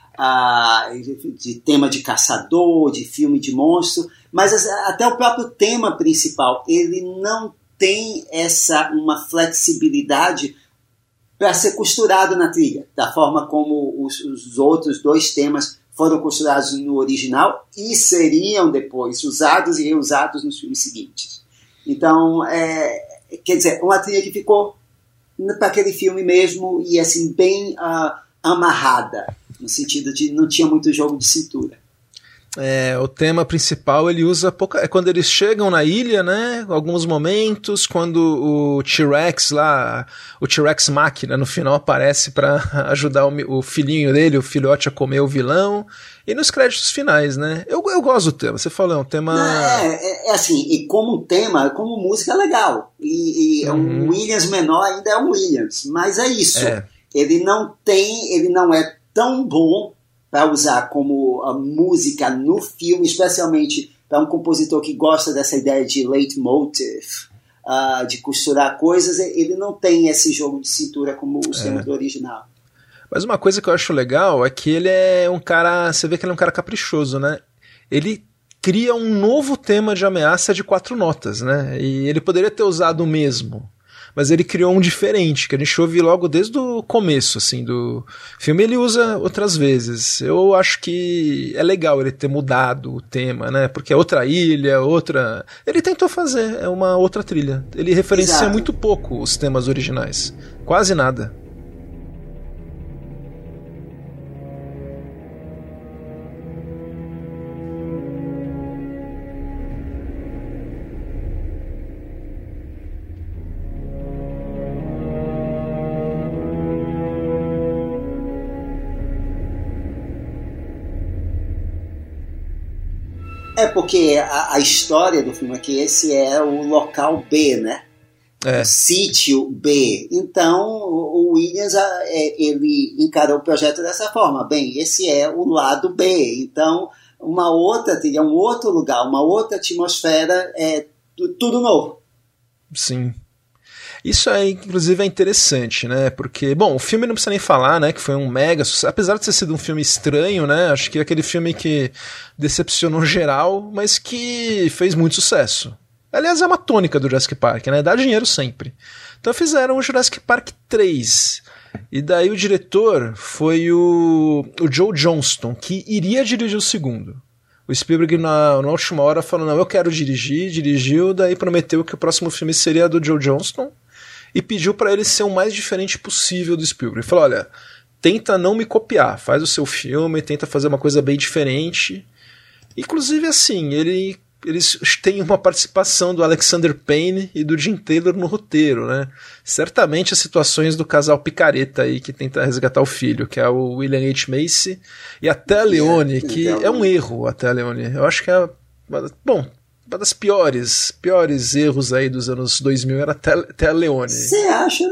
de tema de caçador, de filme de monstro, mas até o próprio tema principal, ele não tem uma flexibilidade para ser costurado na trilha, da forma como os outros dois temas foram costurados no original e seriam depois usados e reusados nos filmes seguintes. Então, quer dizer, uma trilha que ficou para aquele filme mesmo e assim bem amarrada, no sentido de não tinha muito jogo de cintura. O tema principal ele usa quando eles chegam na ilha, né? Alguns momentos, quando o T-Rex lá, o T-Rex máquina no final aparece para ajudar o filhinho dele, o filhote a comer o vilão, e nos créditos finais, né? Eu gosto do tema, você falou, é um tema... assim, e como tema, como música é legal, e um Williams menor ainda é um Williams, mas é isso, ele não é tão bom para usar como a música no filme, especialmente para um compositor que gosta dessa ideia de leitmotiv, de costurar coisas, ele não tem esse jogo de cintura como os temas do original. Mas uma coisa que eu acho legal é que ele é um cara, você vê que ele é um cara caprichoso, né? Ele cria um novo tema de ameaça de 4 notas, né? E ele poderia ter usado o mesmo, mas ele criou um diferente, que a gente ouve logo desde o começo, assim, do filme. Ele usa outras vezes. Eu acho que é legal ele ter mudado o tema, né? Porque é outra ilha, outra... Ele tentou fazer uma outra trilha. Ele referencia muito pouco os temas originais. Quase nada. É porque a história do filme é que esse é o local B, né? O sítio B. Então, o Williams ele encarou o projeto dessa forma. Bem, esse é o lado B. Então, uma outra trilha, um outro lugar, uma outra atmosfera, é tudo novo. Sim. Isso aí, inclusive, é interessante, né? Porque, bom, o filme não precisa nem falar, né? Que foi um mega sucesso. Apesar de ter sido um filme estranho, né? Acho que é aquele filme que decepcionou geral, mas que fez muito sucesso. Aliás, é uma tônica do Jurassic Park, né? Dá dinheiro sempre. Então fizeram o Jurassic Park 3. E daí o diretor foi o Joe Johnston, que iria dirigir o segundo. O Spielberg, na última hora, falou, não, eu quero dirigir, dirigiu, daí prometeu que o próximo filme seria do Joe Johnston e pediu para ele ser o mais diferente possível do Spielberg. Ele falou, olha, tenta não me copiar, faz o seu filme, tenta fazer uma coisa bem diferente. Inclusive, assim, eles têm uma participação do Alexander Payne e do Jim Taylor no roteiro, né? Certamente as situações do casal picareta aí que tenta resgatar o filho, que é o William H. Macy e a Téa Leoni, que é um erro, a Téa Leoni. Eu acho que é, bom, uma das piores erros aí dos anos 2000 era a Téa Leoni. Você acha?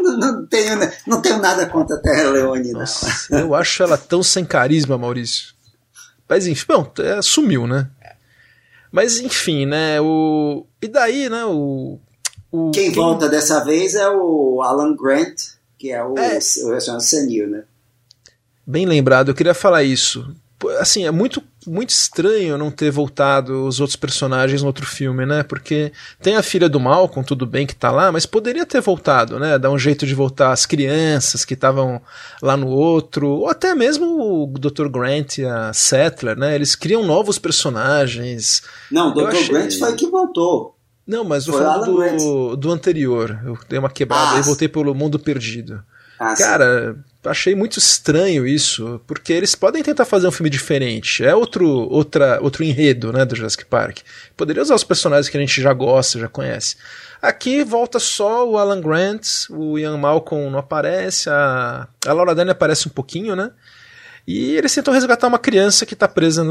Não tenho nada contra a Téa Leoni, não. Nossa, eu acho ela tão sem carisma, Maurício. Mas enfim, bom, sumiu, né? Mas enfim, né? E daí, né? Quem volta dessa vez é o Alan Grant, que é o senil, né? Bem lembrado, eu queria falar isso. Assim, é muito, muito estranho não ter voltado os outros personagens no outro filme, né? Porque tem a filha do Malcolm, tudo bem que tá lá, mas poderia ter voltado, né? Dar um jeito de voltar as crianças que estavam lá no outro, ou até mesmo o Dr. Grant e a Sattler, né? Eles criam novos personagens. Não, o Dr. Grant foi que voltou. Não, mas eu falo do anterior. Eu dei uma quebrada e voltei pelo Mundo Perdido. Cara, achei muito estranho isso, porque eles podem tentar fazer um filme diferente. É outro enredo, né, do Jurassic Park. Poderia usar os personagens que a gente já gosta, já conhece. Aqui volta só o Alan Grant, o Ian Malcolm não aparece, a Laura Dern aparece um pouquinho, né? E eles tentam resgatar uma criança que está presa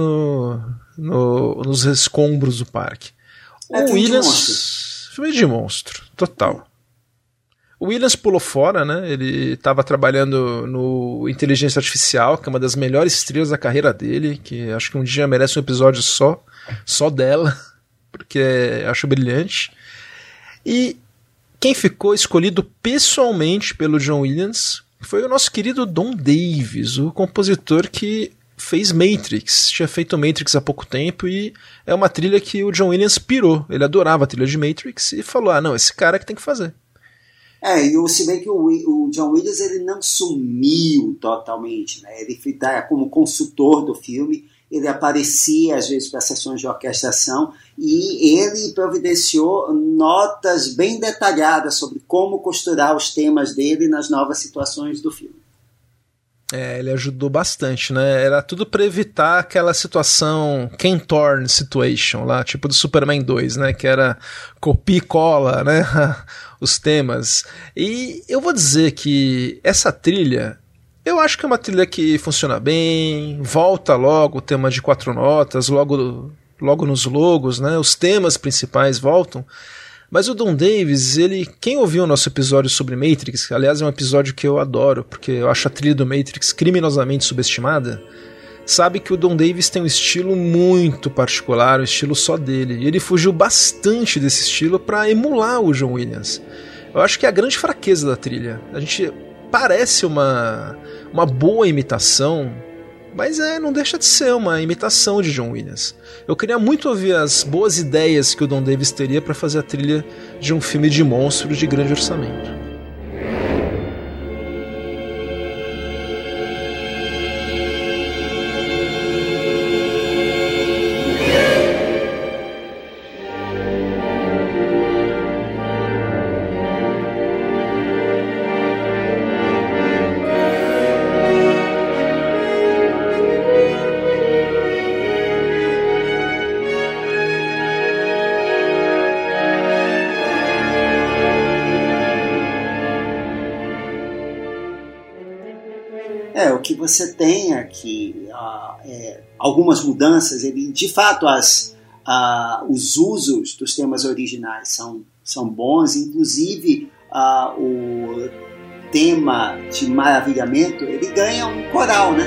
nos escombros do parque. O Williams... Filme de monstro, total. O Williams pulou fora, né? Ele estava trabalhando no Inteligência Artificial, que é uma das melhores trilhas da carreira dele, que acho que um dia merece um episódio só dela, porque acho brilhante. E quem ficou escolhido pessoalmente pelo John Williams foi o nosso querido Don Davis, o compositor que fez Matrix. Tinha feito Matrix há pouco tempo e é uma trilha que o John Williams pirou. Ele adorava a trilha de Matrix e falou, não, esse cara que tem que fazer. E se bem que o John Williams ele não sumiu totalmente, né? Ele está como consultor do filme, ele aparecia às vezes para sessões de orquestração e ele providenciou notas bem detalhadas sobre como costurar os temas dele nas novas situações do filme. Ele ajudou bastante, né? Era tudo para evitar aquela situação Ken Thorne situation lá, tipo do Superman 2, né? Que era copia e cola, né? Os temas. E eu vou dizer que essa trilha, eu acho que é uma trilha que funciona bem, volta logo o tema de 4 notas, logo nos logos, né? Os temas principais voltam. Mas o Don Davis, quem ouviu o nosso episódio sobre Matrix, que aliás é um episódio que eu adoro, porque eu acho a trilha do Matrix criminosamente subestimada, sabe que o Don Davis tem um estilo muito particular, um estilo só dele, e ele fugiu bastante desse estilo para emular o John Williams. Eu acho que é a grande fraqueza da trilha. A gente parece uma boa imitação, mas não deixa de ser uma imitação de John Williams. Eu queria muito ouvir as boas ideias que o Don Davis teria para fazer a trilha de um filme de monstro de grande orçamento. O que você tem aqui, algumas mudanças, de fato os usos dos temas originais são bons, inclusive o tema de maravilhamento, ele ganha um coral, né?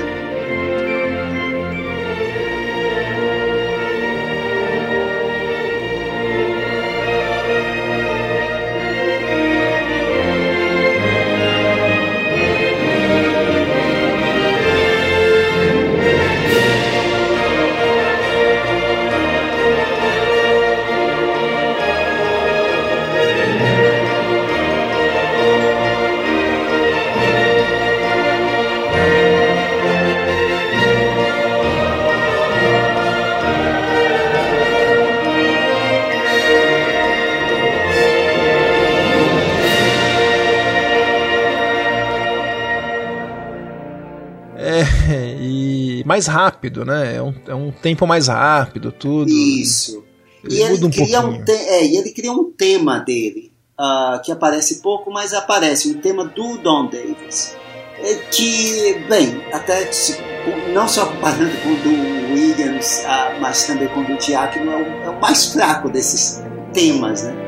E mais rápido, né? É um tempo mais rápido, tudo. Isso. Ele muda um pouquinho. E ele cria um tema dele, que aparece pouco, mas aparece, um tema do Don Davis. Que, bem, até não só comparando com o do Williams, mas também com o do Giacomo, é o mais fraco desses temas, né?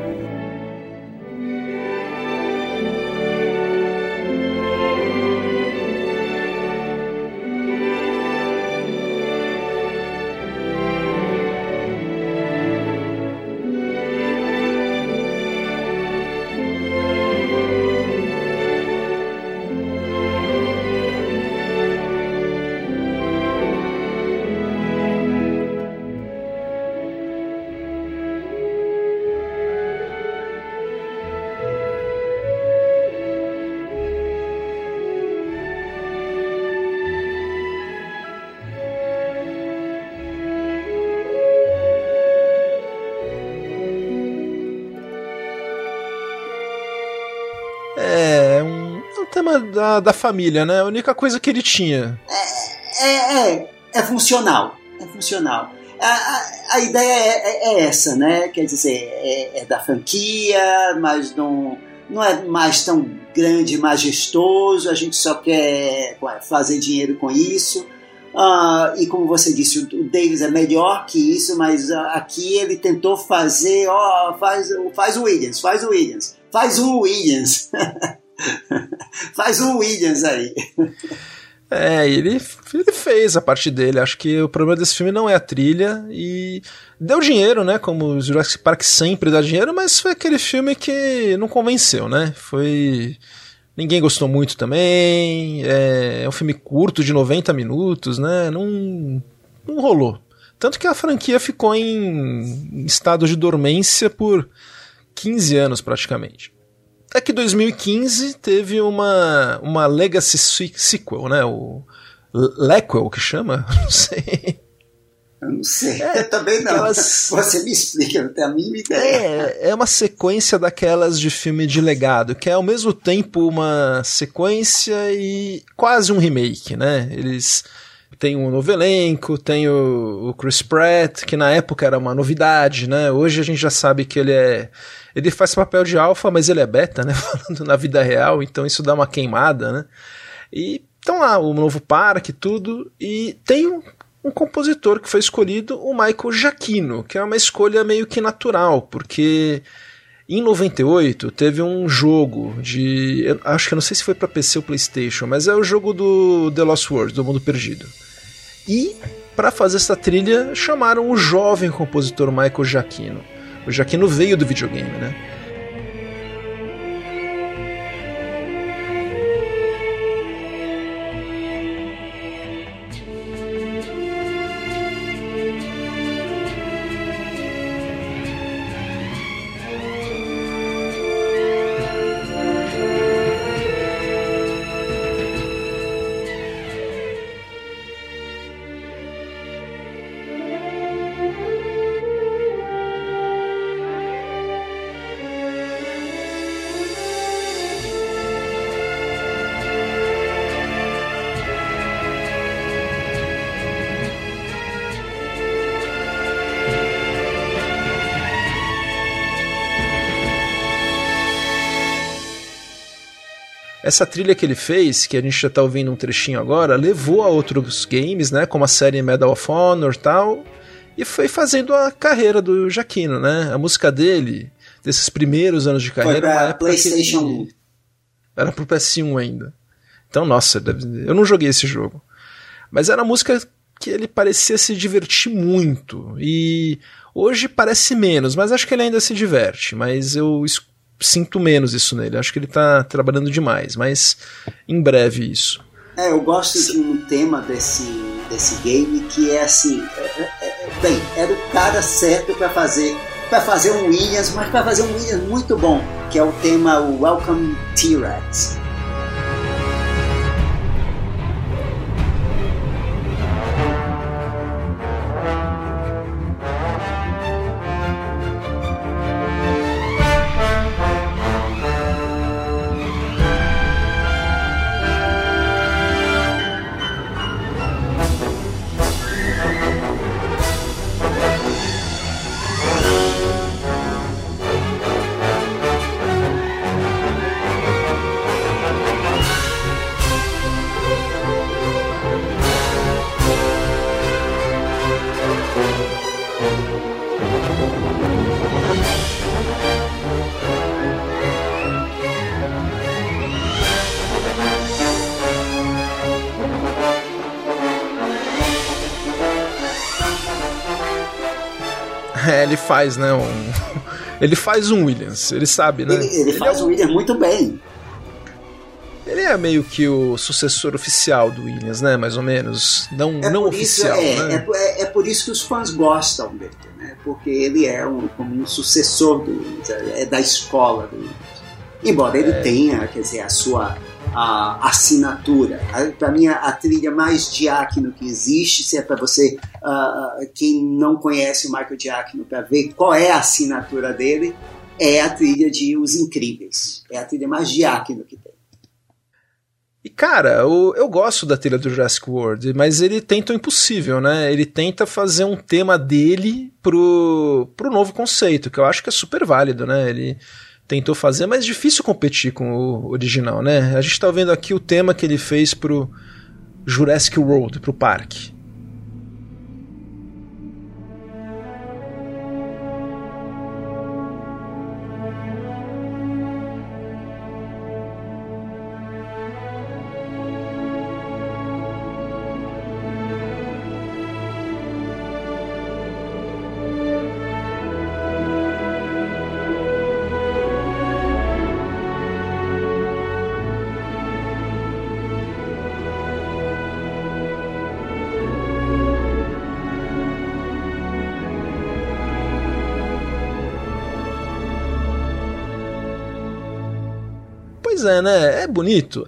É um tema da família, né? A única coisa que ele tinha. É funcional. É funcional. A ideia é essa, né? Quer dizer, é da franquia, mas não é mais tão grande e majestoso, a gente só quer fazer dinheiro com isso. E como você disse, o Davis é melhor que isso, mas aqui ele tentou fazer, faz o Williams, faz um Williams. Faz um Williams aí. Ele fez a parte dele. Acho que o problema desse filme não é a trilha. E deu dinheiro, né? Como o Jurassic Park sempre dá dinheiro, mas foi aquele filme que não convenceu, né? Ninguém gostou muito também. É um filme curto, de 90 minutos, né? Não rolou. Tanto que a franquia ficou em estado de dormência por 15 anos praticamente. É que 2015 teve uma Legacy Sequel, né? O Lequel que chama? Não sei. Eu não sei. Eu também não. Você me explica, eu não tenho a mínima ideia. É uma sequência daquelas de filme de legado, que é ao mesmo tempo uma sequência e quase um remake, né? Eles têm um novo elenco, tem o Chris Pratt, que na época era uma novidade, né? Hoje a gente já sabe que ele faz papel de alfa, mas ele é beta, né? Falando na vida real, então isso dá uma queimada, né? E então lá, o novo parque, tudo, e tem um compositor que foi escolhido, o Michael Giacchino, que é uma escolha meio que natural, porque em 98 teve um jogo acho que eu não sei se foi para PC ou PlayStation, mas é o jogo do The Lost World, do Mundo Perdido. E para fazer essa trilha chamaram o jovem compositor Michael Giacchino. O Giacchino veio do videogame, né? essa trilha que ele fez, que a gente já tá ouvindo um trechinho agora, levou a outros games, né, como a série Medal of Honor e tal, e foi fazendo a carreira do Giacchino, né? A música dele, desses primeiros anos de carreira, foi pra PlayStation 1. Era pro PS1 ainda. Então, nossa, eu não joguei esse jogo. Mas era a música que ele parecia se divertir muito. E hoje parece menos, mas acho que ele ainda se diverte. Mas eu sinto menos isso nele. Acho que ele tá trabalhando demais, mas em breve isso. Eu gosto de um tema desse game que é assim, bem, era o cara certo para fazer um Williams, mas para fazer um Williams muito bom, que é o tema Welcome T-Rex. Ele faz, né? Ele faz um Williams, ele sabe, né? Ele faz o Williams muito bem. Ele é meio que o sucessor oficial do Williams, né? Mais ou menos. Não oficial. Né? É por isso que os fãs gostam dele, né? Porque ele é como um sucessor do Williams, é da escola do Williams. Embora ele tenha, quer dizer, a sua assinatura. Para mim, a trilha mais Giacchino que existe, se é para você, quem não conhece o Michael Giacchino, para ver qual é a assinatura dele, é a trilha de Os Incríveis. É a trilha mais Giacchino que tem. E cara, eu gosto da trilha do Jurassic World, mas ele tenta o impossível, né? Ele tenta fazer um tema dele pro novo conceito, que eu acho que é super válido, né? Ele tentou fazer, mas é difícil competir com o original, né? A gente tá vendo aqui o tema que ele fez pro Jurassic World, pro parque. Pois é, né? É bonito.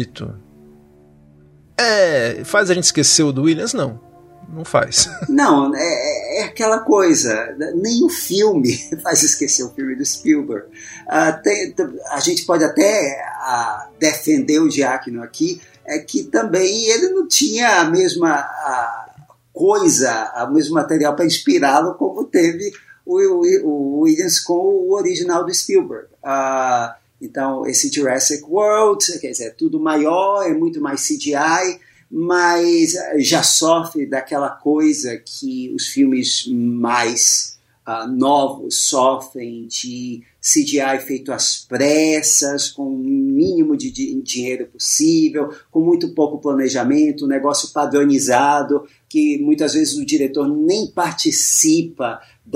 Faz a gente esquecer o do Williams? Não faz. Não, é aquela coisa, nem o filme faz esquecer o filme do Spielberg. A gente pode até defender o Giacchino aqui, é que também ele não tinha a mesma coisa, o mesmo material para inspirá-lo como teve o Williams com o original do Spielberg. Então, esse Jurassic World, quer dizer, é tudo maior, é muito mais CGI, mas já sofre daquela coisa que os filmes mais novos sofrem, de CGI feito às pressas, com o mínimo de dinheiro possível, com muito pouco planejamento, um negócio padronizado, que muitas vezes o diretor nem participa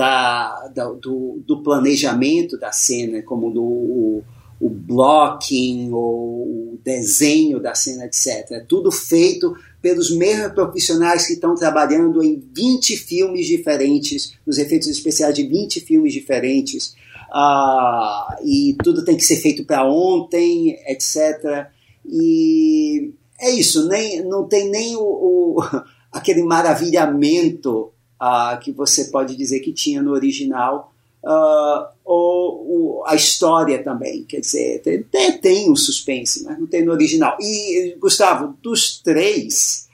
do planejamento da cena, como o blocking, ou o desenho da cena, etc. É tudo feito pelos mesmos profissionais que estão trabalhando em 20 filmes diferentes, nos efeitos especiais de 20 filmes diferentes, e tudo tem que ser feito para ontem, etc. E é isso, não tem nem aquele maravilhamento que você pode dizer que tinha no original, ou a história também, quer dizer, tem um suspense, mas não tem no original. E, Gustavo, dos três,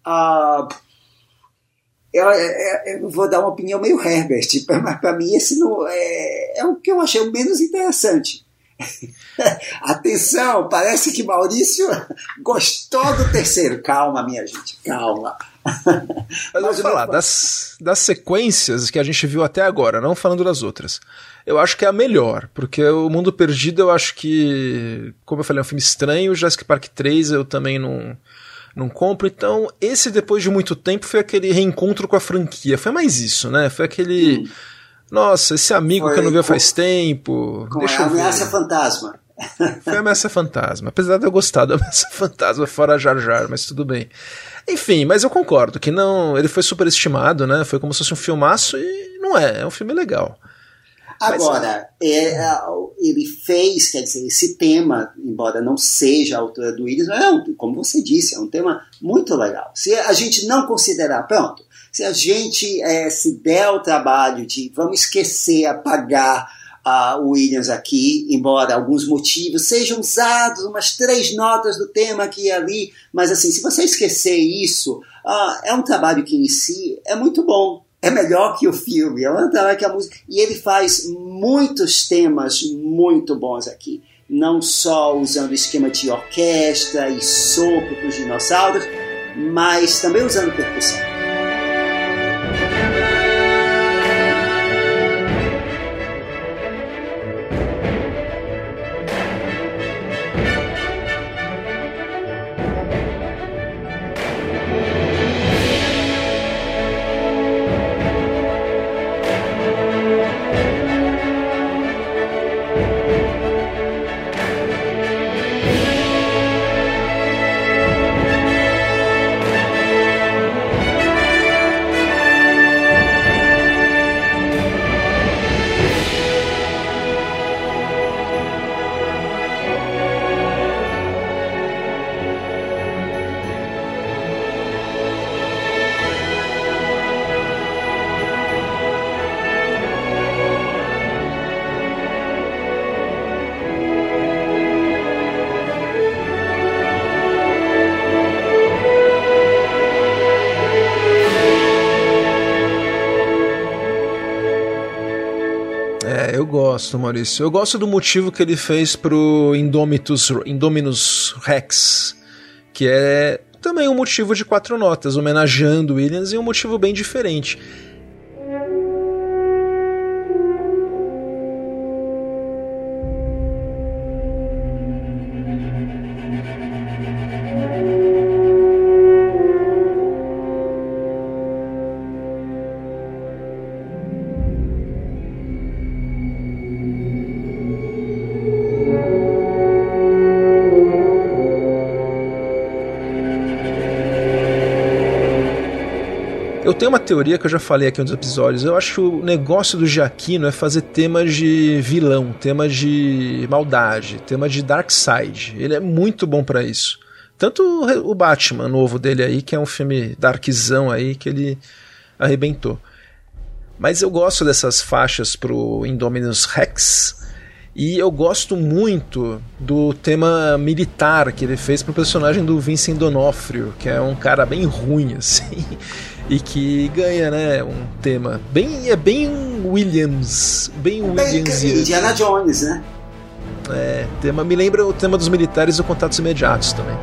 eu vou dar uma opinião meio Herbert, mas para mim esse não é o que eu achei o menos interessante. Atenção, parece que Maurício gostou do terceiro. Calma, minha gente, calma. Mas eu vou falar, das sequências que a gente viu até agora, não falando das outras, eu acho que é a melhor, porque o Mundo Perdido eu acho que, como eu falei, é um filme estranho, o Jurassic Park 3 eu também não compro, então esse depois de muito tempo foi aquele reencontro com a franquia, foi mais isso, né? Foi aquele, nossa, esse amigo que eu não vi faz tempo, com deixa a eu ver. Ameaça Fantasma. Foi a Ameaça Fantasma, apesar de eu gostar da Ameaça Fantasma fora Jar Jar, mas tudo bem. Enfim, mas eu concordo que não, ele foi superestimado, né? Foi como se fosse um filmaço e não é um filme legal. Agora, ele fez, quer dizer, esse tema, embora não seja a altura do Williams, como você disse, é um tema muito legal. Se a gente não considerar, pronto, se a gente se der o trabalho de vamos esquecer, apagar o Williams aqui, embora alguns motivos sejam usados, umas 3 notas do tema aqui e ali, mas assim, se você esquecer isso, é um trabalho que em si é muito bom. É melhor que o filme, é um trabalho que a música... E ele faz muitos temas muito bons aqui. Não só usando esquema de orquestra e sopro para os dinossauros, mas também usando percussão. Eu gosto, Maurício. Eu gosto do motivo que ele fez pro Indominus Rex, que é também um motivo de 4 notas, homenageando Williams, e um motivo bem diferente. Eu tenho uma teoria que eu já falei aqui em um dos episódios. Eu acho que o negócio do Giacchino é fazer temas de vilão, temas de maldade, tema de Darkseid. Ele é muito bom pra isso. Tanto o Batman novo dele aí, que é um filme darkzão aí, que ele arrebentou. Mas eu gosto dessas faixas pro Indominus Rex. E eu gosto muito do tema militar que ele fez pro personagem do Vincent D'Onofrio, que é um cara bem ruim, assim, e que ganha, né, um tema bem Williams, bem Williamsiano. Indiana Jones, né? Tema, me lembra o tema dos militares do Contatos Imediatos também.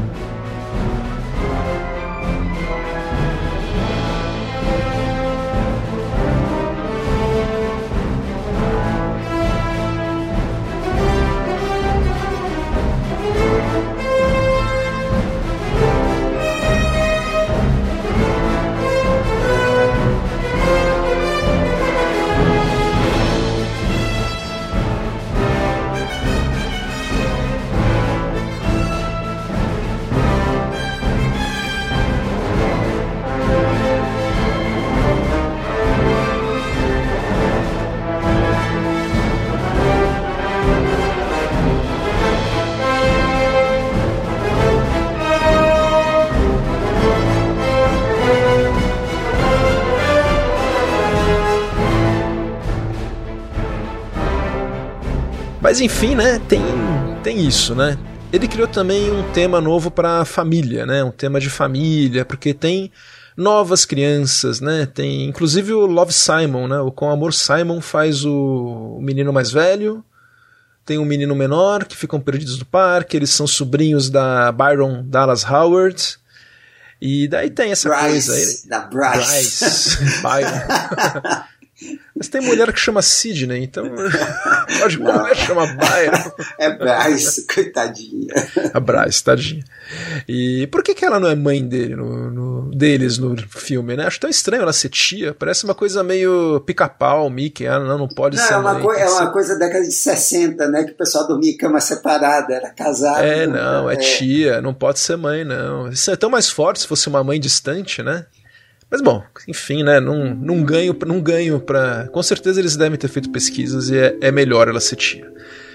Mas enfim, né, tem isso, né? Ele criou também um tema novo para família, né? Um tema de família, porque tem novas crianças, né? Tem inclusive o Love Simon, né? O Com Amor Simon faz o menino mais velho, tem um menino menor que ficam perdidos no parque, eles são sobrinhos da Byron Dallas Howard, e daí tem essa coisa aí. Da Bryce. Byron. Mas tem mulher que chama Sidney, então pode mulher chama Byron. É Bryce, coitadinha. A Bryce, tadinha. E por que ela não é mãe dele deles no filme, né? Acho tão estranho ela ser tia, parece uma coisa meio pica-pau, Mickey, não pode ser mãe. É uma coisa da década de 60, né? Que o pessoal dormia em cama separada, era casado. É tia, não pode ser mãe, não. Isso é tão mais forte se fosse uma mãe distante, né? Mas bom, enfim, né? Não ganho pra. Com certeza eles devem ter feito pesquisas e é melhor ela ser tia.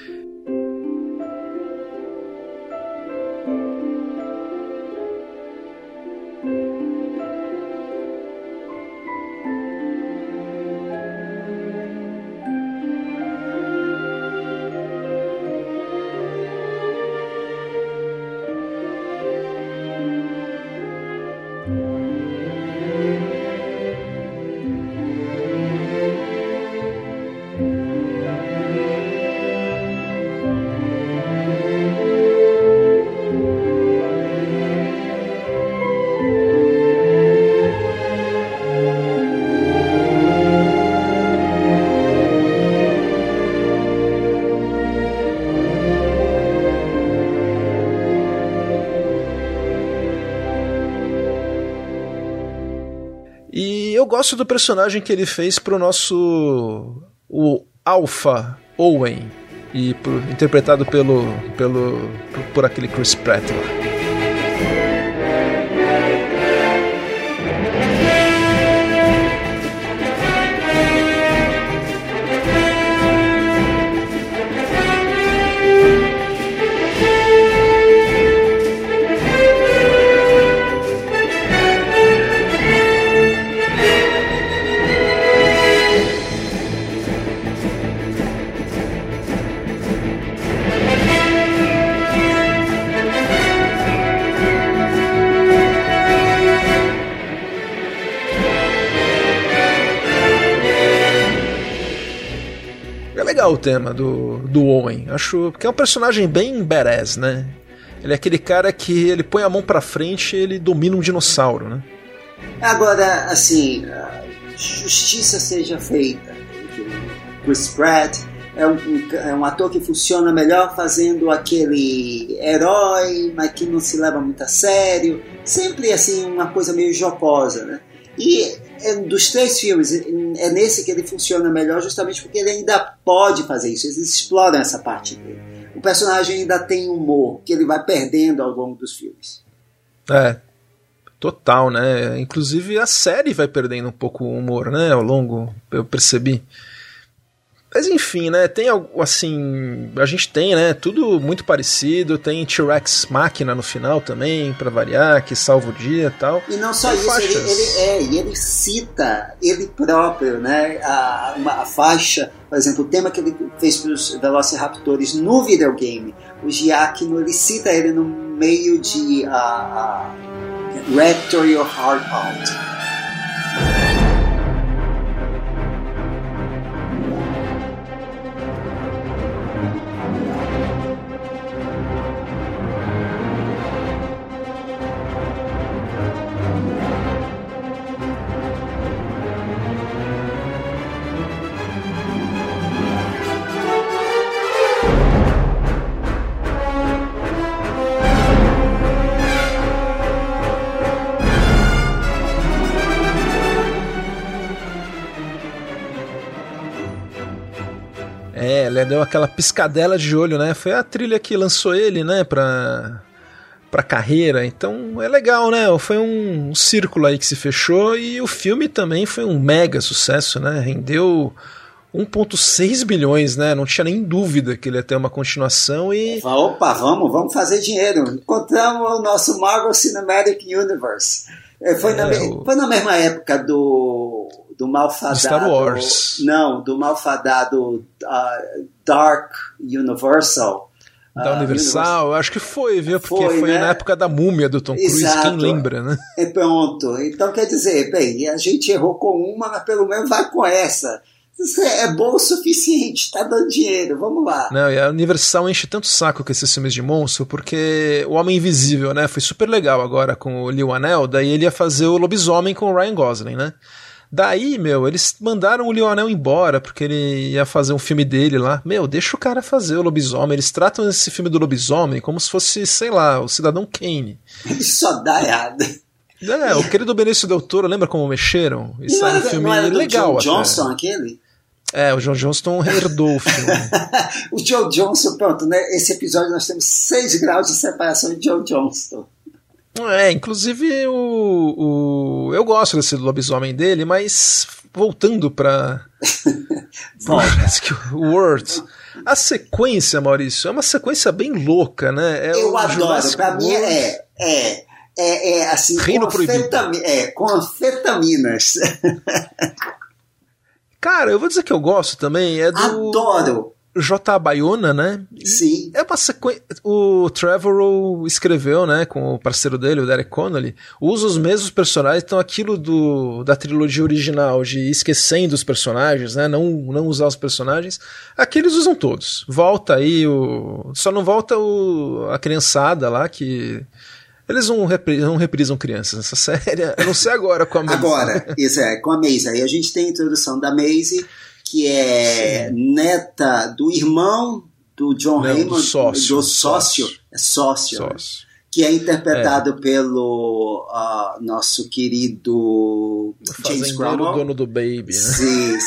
Eu gosto do personagem que ele fez pro nosso o Alpha Owen, interpretado por aquele Chris Pratt lá. O tema do Owen, acho que é um personagem bem badass, né? Ele é aquele cara que ele põe a mão pra frente e ele domina um dinossauro, né? Agora, assim, justiça seja feita. Chris Pratt é um ator que funciona melhor fazendo aquele herói, mas que não se leva muito a sério, sempre assim uma coisa meio jocosa, né? E dos três filmes, é nesse que ele funciona melhor justamente porque ele ainda pode fazer isso, eles exploram essa parte dele. O personagem ainda tem humor, que ele vai perdendo ao longo dos filmes. Total, né? Inclusive a série vai perdendo um pouco o humor, né? Ao longo, eu percebi. Mas enfim, né, tem assim, a gente tem, né, tudo muito parecido, tem T-Rex Máquina no final também, pra variar, que salva o dia e tal. E não só isso, ele cita ele próprio, né, a faixa, por exemplo, o tema que ele fez pros Velociraptors no videogame, o Giacchino, ele cita ele no meio de Raptor Your Heart Out. Ele deu aquela piscadela de olho, né? Foi a trilha que lançou ele, né? Pra carreira. Então é legal, né? Foi um círculo aí que se fechou e o filme também foi um mega sucesso, né? Rendeu 1,6 bilhões, né? Não tinha nem dúvida que ele ia ter uma continuação e... Opa, vamos fazer dinheiro. Encontramos o nosso Marvel Cinematic Universe. Foi na mesma época do malfadado... Star Wars. Não, do malfadado Dark Universal. Da Universal, acho que foi, viu? Porque foi né? Na época da múmia do Tom Cruise, exato. Quem lembra, né? Pronto. Então, quer dizer, bem, a gente errou com uma, mas pelo menos vai com essa. É bom o suficiente, tá dando dinheiro, vamos lá. Não, e a Universal enche tanto saco com esses filmes de monstro, porque o Homem Invisível, né, foi super legal agora com o Lil Anel, daí ele ia fazer o Lobisomem com o Ryan Gosling, né? Daí, eles mandaram o Lil Anel embora, porque ele ia fazer um filme dele lá. Deixa o cara fazer o Lobisomem. Eles tratam esse filme do Lobisomem como se fosse, sei lá, o Cidadão Kane. Só dá errado. O querido Benício Del Toro, lembra como mexeram? Isso é um filme legal. O Joe Johnston, aquele? O Joe Johnston herdou o filme. O Joe Johnston, pronto, né? Esse episódio nós temos 6 graus de separação de Joe Johnston. Inclusive eu gosto desse lobisomem dele, mas voltando pra Jurassic World, a sequência, Maurício, é uma sequência bem louca, né? Eu adoro, pra mim é assim, Reino Proibido. Com anfetaminas. Cara, eu vou dizer que eu gosto também, Adoro! J.A. Bayona, né? Sim. É uma sequência. O Trevorrow escreveu, né, com o parceiro dele, o Derek Connolly, usa os mesmos personagens, então aquilo da trilogia original, de ir esquecendo os personagens, né, não usar os personagens, aqui eles usam todos. Volta aí só não volta a criançada lá, que eles não reprisam crianças nessa série, eu não sei agora com a Maisie. Agora, isso com a Maisie. Aí a gente tem a introdução da Maisie, que é neta do irmão do John Hammond, do sócio, que é interpretado pelo nosso querido James Cromwell, dono do Baby, né? Sim.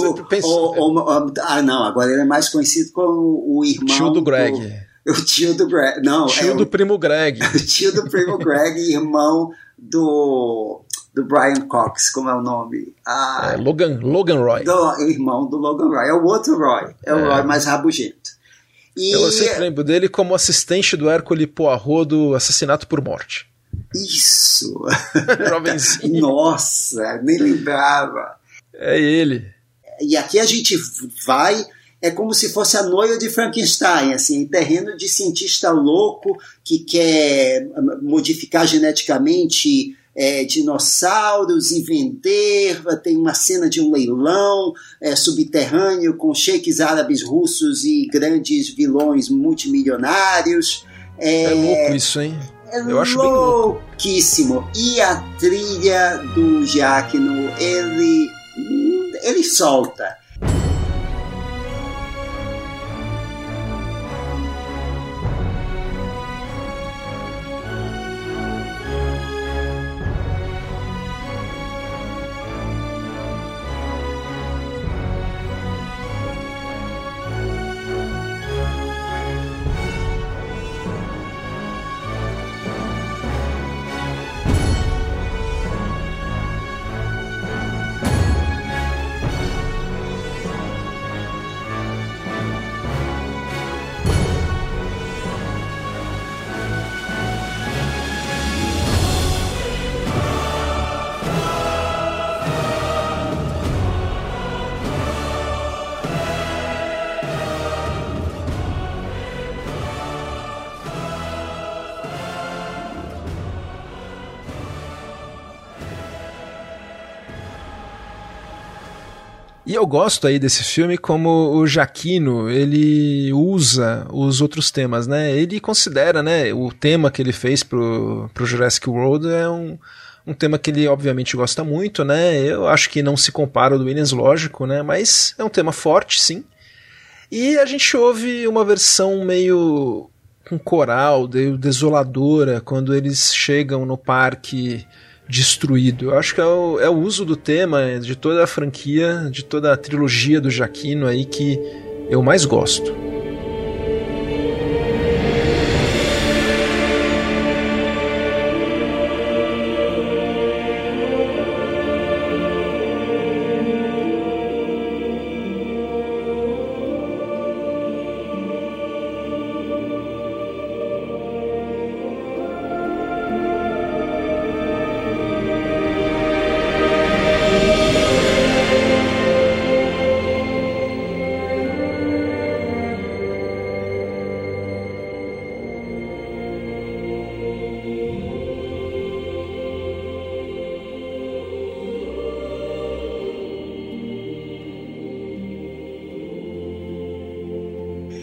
Não, agora ele é mais conhecido como o irmão... Tio do Greg. O tio do Greg, não. Tio do primo Greg. O tio do primo Greg, irmão do Brian Cox, como é o nome? Logan Roy. O irmão do Logan Roy. É o outro Roy. É o Roy mais rabugento. Eu sempre lembro dele como assistente do Hercule Poirot do Assassinato por Morte. Isso! Jovenzinho. Nossa, nem lembrava. É ele. E aqui a gente vai... É como se fosse a Noia de Frankenstein, assim, terreno de cientista louco que quer modificar geneticamente dinossauros e vender. Tem uma cena de um leilão subterrâneo com cheques árabes russos e grandes vilões multimilionários. É louco isso, hein? Eu acho bem louco. Louquíssimo. E a trilha do Giacchino, ele solta. E eu gosto aí desse filme como o Giacchino, ele usa os outros temas, né? Ele considera, né, o tema que ele fez pro Jurassic World é um tema que ele obviamente gosta muito, né? Eu acho que não se compara ao do Williams, lógico, né? Mas é um tema forte, sim. E a gente ouve uma versão meio com coral, desoladora, quando eles chegam no parque destruído. Eu acho que é o uso do tema de toda a franquia, de toda a trilogia do Giacchino aí que eu mais gosto.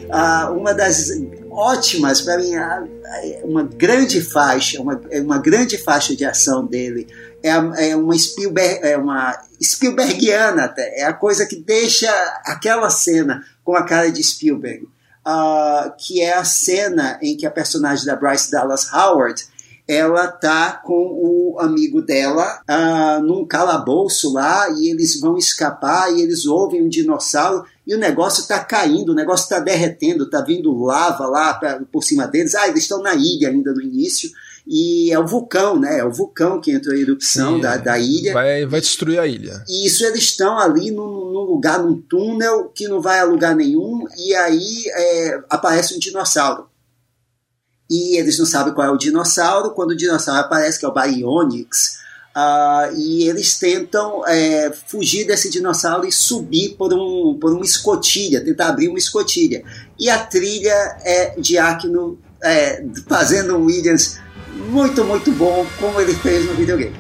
uma das ótimas, para mim, uma grande faixa, uma grande faixa de ação dele é uma Spielbergiana até, é a coisa que deixa aquela cena com a cara de Spielberg, que é a cena em que a personagem da Bryce Dallas Howard, ela tá com o amigo dela num calabouço lá, e eles vão escapar e eles ouvem um dinossauro e o negócio tá caindo, o negócio tá derretendo, tá vindo lava lá por cima deles. Eles estão na ilha ainda no início, e é o vulcão, né? É o vulcão que entrou em erupção da ilha. Vai destruir a ilha. E isso, eles estão ali num lugar, num túnel que não vai a lugar nenhum, e aí aparece um dinossauro. E eles não sabem qual é o dinossauro. Quando o dinossauro aparece, que é o Baryonyx, e eles tentam fugir desse dinossauro e subir por uma escotilha, tentar abrir uma escotilha. E a trilha é de Aquino fazendo um Williams muito, muito bom, como ele fez no videogame.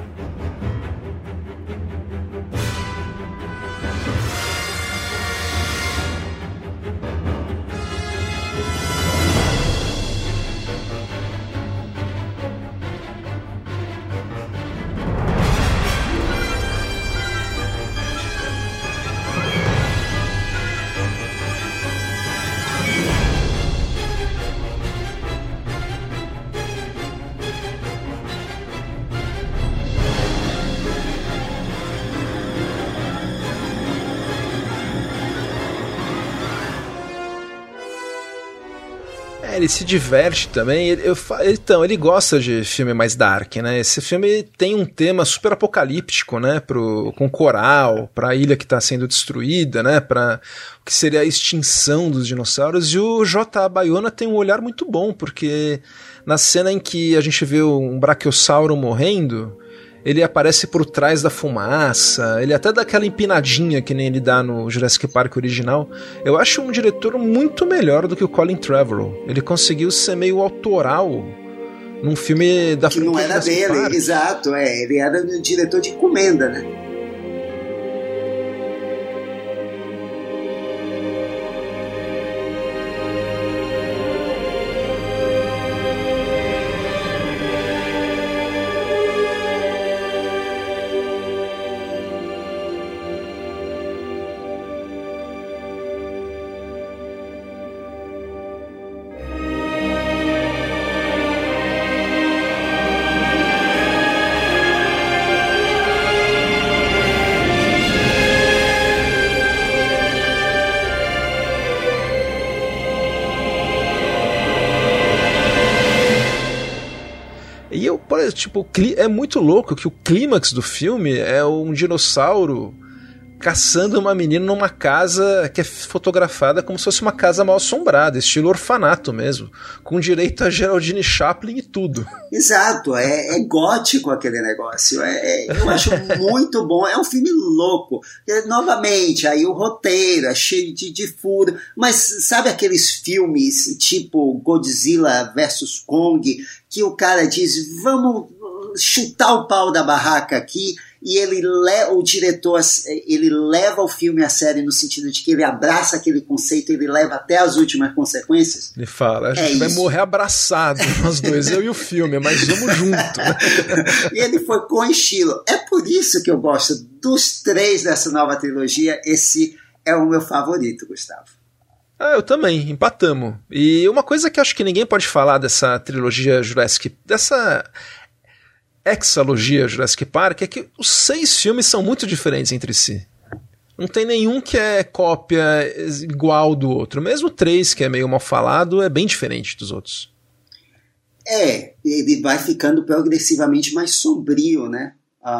Ele se diverte também. Então, ele gosta de filme mais dark, né? Esse filme tem um tema super apocalíptico, né? Com coral, pra ilha que está sendo destruída, né? Pra o que seria a extinção dos dinossauros. E o J.A. Bayona tem um olhar muito bom, porque na cena em que a gente vê um brachiosauro morrendo, ele aparece por trás da fumaça, ele até dá aquela empinadinha que nem ele dá no Jurassic Park original. Eu acho um diretor muito melhor do que o Colin Trevorrow. Ele conseguiu ser meio autoral num filme da que não era dele, Park. Exato, ele era um diretor de encomenda, né? É muito louco que o clímax do filme é um dinossauro caçando uma menina numa casa que é fotografada como se fosse uma casa mal assombrada, estilo orfanato mesmo, com direito a Geraldine Chaplin e tudo. Exato, é gótico aquele negócio, eu acho muito bom, é um filme louco, novamente, aí o roteiro é cheio de furo, mas sabe aqueles filmes tipo Godzilla vs Kong, que o cara diz, vamos chutar o pau da barraca aqui, e o diretor ele leva o filme a sério no sentido de que ele abraça aquele conceito, ele leva até as últimas consequências. Ele fala, a gente vai morrer abraçado, nós dois, eu e o filme, mas vamos junto. E ele foi com estilo. É por isso que eu gosto dos três dessa nova trilogia, esse é o meu favorito, Gustavo. Eu também, empatamos. E uma coisa que acho que ninguém pode falar dessa trilogia Jurassic, dessa hexalogia Jurassic Park, é que os 6 filmes são muito diferentes entre si. Não tem nenhum que é cópia igual do outro. Mesmo o 3, que é meio mal falado, é bem diferente dos outros. Ele vai ficando progressivamente mais sombrio, né?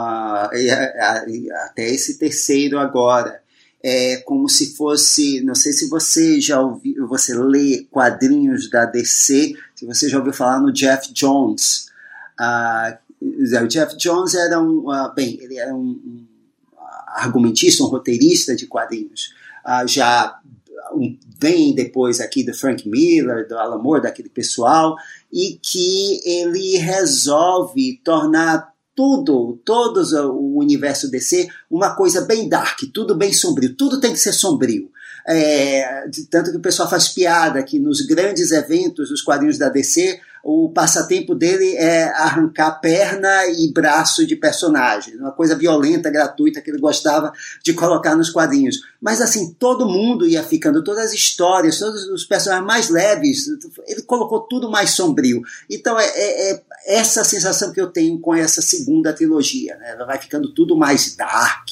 Até esse terceiro agora. É como se fosse, não sei se você já ouviu, você lê quadrinhos da DC, se você já ouviu falar no Jeff Jones. O Jeff Jones era ele era um argumentista, um roteirista de quadrinhos, bem depois aqui do Frank Miller, do Alan Moore, daquele pessoal, e que ele resolve tornar todo o universo DC uma coisa bem dark, tudo bem sombrio, tudo tem que ser sombrio. Tanto que o pessoal faz piada que nos grandes eventos dos quadrinhos da DC, o passatempo dele é arrancar perna e braço de personagem, uma coisa violenta, gratuita, que ele gostava de colocar nos quadrinhos. Mas assim, todo mundo ia ficando, todas as histórias, todos os personagens mais leves, ele colocou tudo mais sombrio. Então é essa sensação que eu tenho com essa segunda trilogia, né? Ela vai ficando tudo mais dark,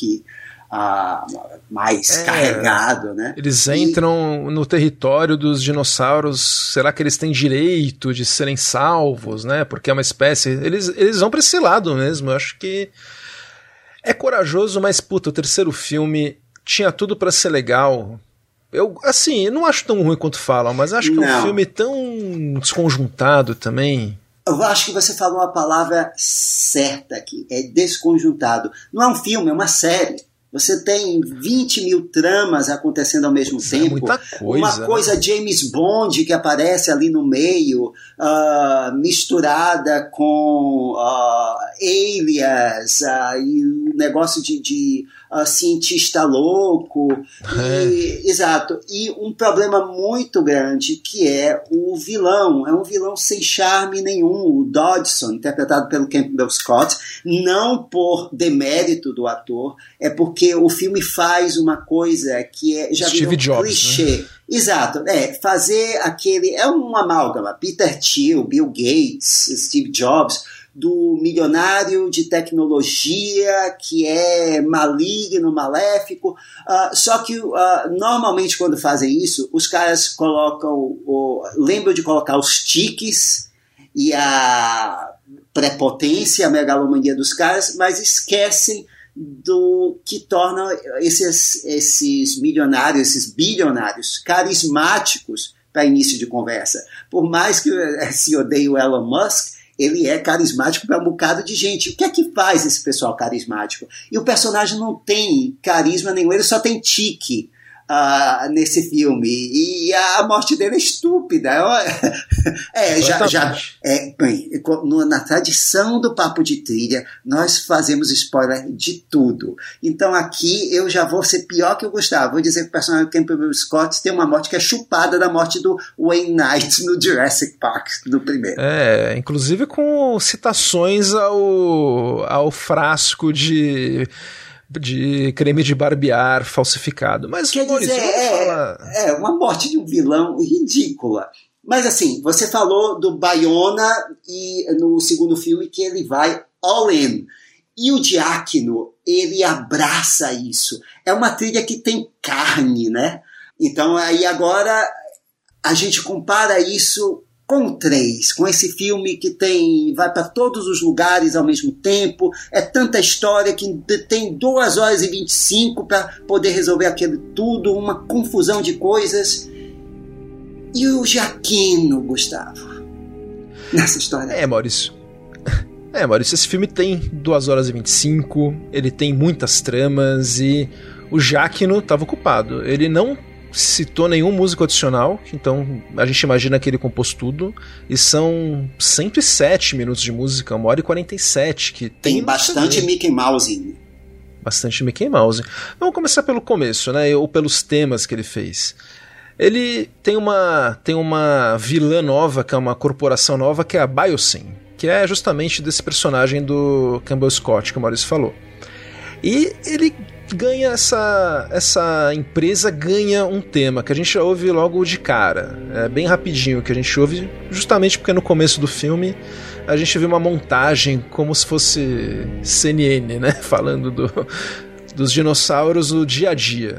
mais carregado, né? Eles entram no território dos dinossauros. Será que eles têm direito de serem salvos, né? Porque é uma espécie. Eles vão pra esse lado mesmo. Eu acho que é corajoso, mas puta, o terceiro filme tinha tudo pra ser legal. Eu não acho tão ruim quanto falam, mas acho que é um filme tão desconjuntado também. Eu acho que você falou a palavra certa aqui, é desconjuntado. Não é um filme, é uma série. Você tem 20 mil tramas acontecendo ao mesmo tempo. É muita coisa, uma coisa, né? James Bond que aparece ali no meio, misturada com Alias, e um negócio de cientista louco. Exato. E um problema muito grande que é o vilão. É um vilão sem charme nenhum. O Dodson, interpretado pelo Campbell Scott, não por demérito do ator, é porque o filme faz uma coisa que já Steve Jobs, clichê. Né? Exato, fazer aquele... É um amálgama. Peter Thiel, Bill Gates, Steve Jobs, do milionário de tecnologia que é maligno, maléfico. Só que normalmente quando fazem isso, os caras lembram de colocar os tiques e a prepotência, a megalomania dos caras, mas esquecem do que torna esses milionários, esses bilionários carismáticos para início de conversa. Por mais que se odeie o Elon Musk, ele é carismático para um bocado de gente. O que é que faz esse pessoal carismático? E o personagem não tem carisma nenhum, ele só tem tique nesse filme. E a morte dele é estúpida. Na tradição do Papo de Trilha, nós fazemos spoiler de tudo. Então aqui eu já vou ser pior que o Gustavo. Vou dizer que o personagem do Campbell Scott tem uma morte que é chupada da morte do Wayne Knight no Jurassic Park, no primeiro. Inclusive com citações ao frasco de creme de barbear falsificado. Mas quer dizer, uma morte de um vilão ridícula. Mas assim, você falou do Bayona e no segundo filme que ele vai all in. E o Giacchino, ele abraça isso. É uma trilha que tem carne, né? Então aí agora a gente compara isso com o 3, com esse filme que vai para todos os lugares ao mesmo tempo, é tanta história que tem 2 horas e 25 para poder resolver aquilo tudo, uma confusão de coisas. E o Giacchino, Gustavo, nessa história? Maurício, esse filme tem 2 horas e 25, ele tem muitas tramas e o Giacchino estava ocupado. Ele não citou nenhum músico adicional, então a gente imagina que ele compôs tudo, e são 107 minutos de música, 1h47, que tem bastante Mickey Mouse. Bastante Mickey Mouse. Vamos começar pelo começo, né? Ou pelos temas que ele fez. Ele tem uma vilã nova, que é uma corporação nova, que é a Biosyn, que é justamente desse personagem do Campbell Scott, que o Maurício falou. E ele ganha essa empresa ganha um tema que a gente já ouve logo de cara, bem rapidinho, que a gente ouve justamente porque no começo do filme a gente vê uma montagem como se fosse CNN, né, falando dos dinossauros no dia a dia.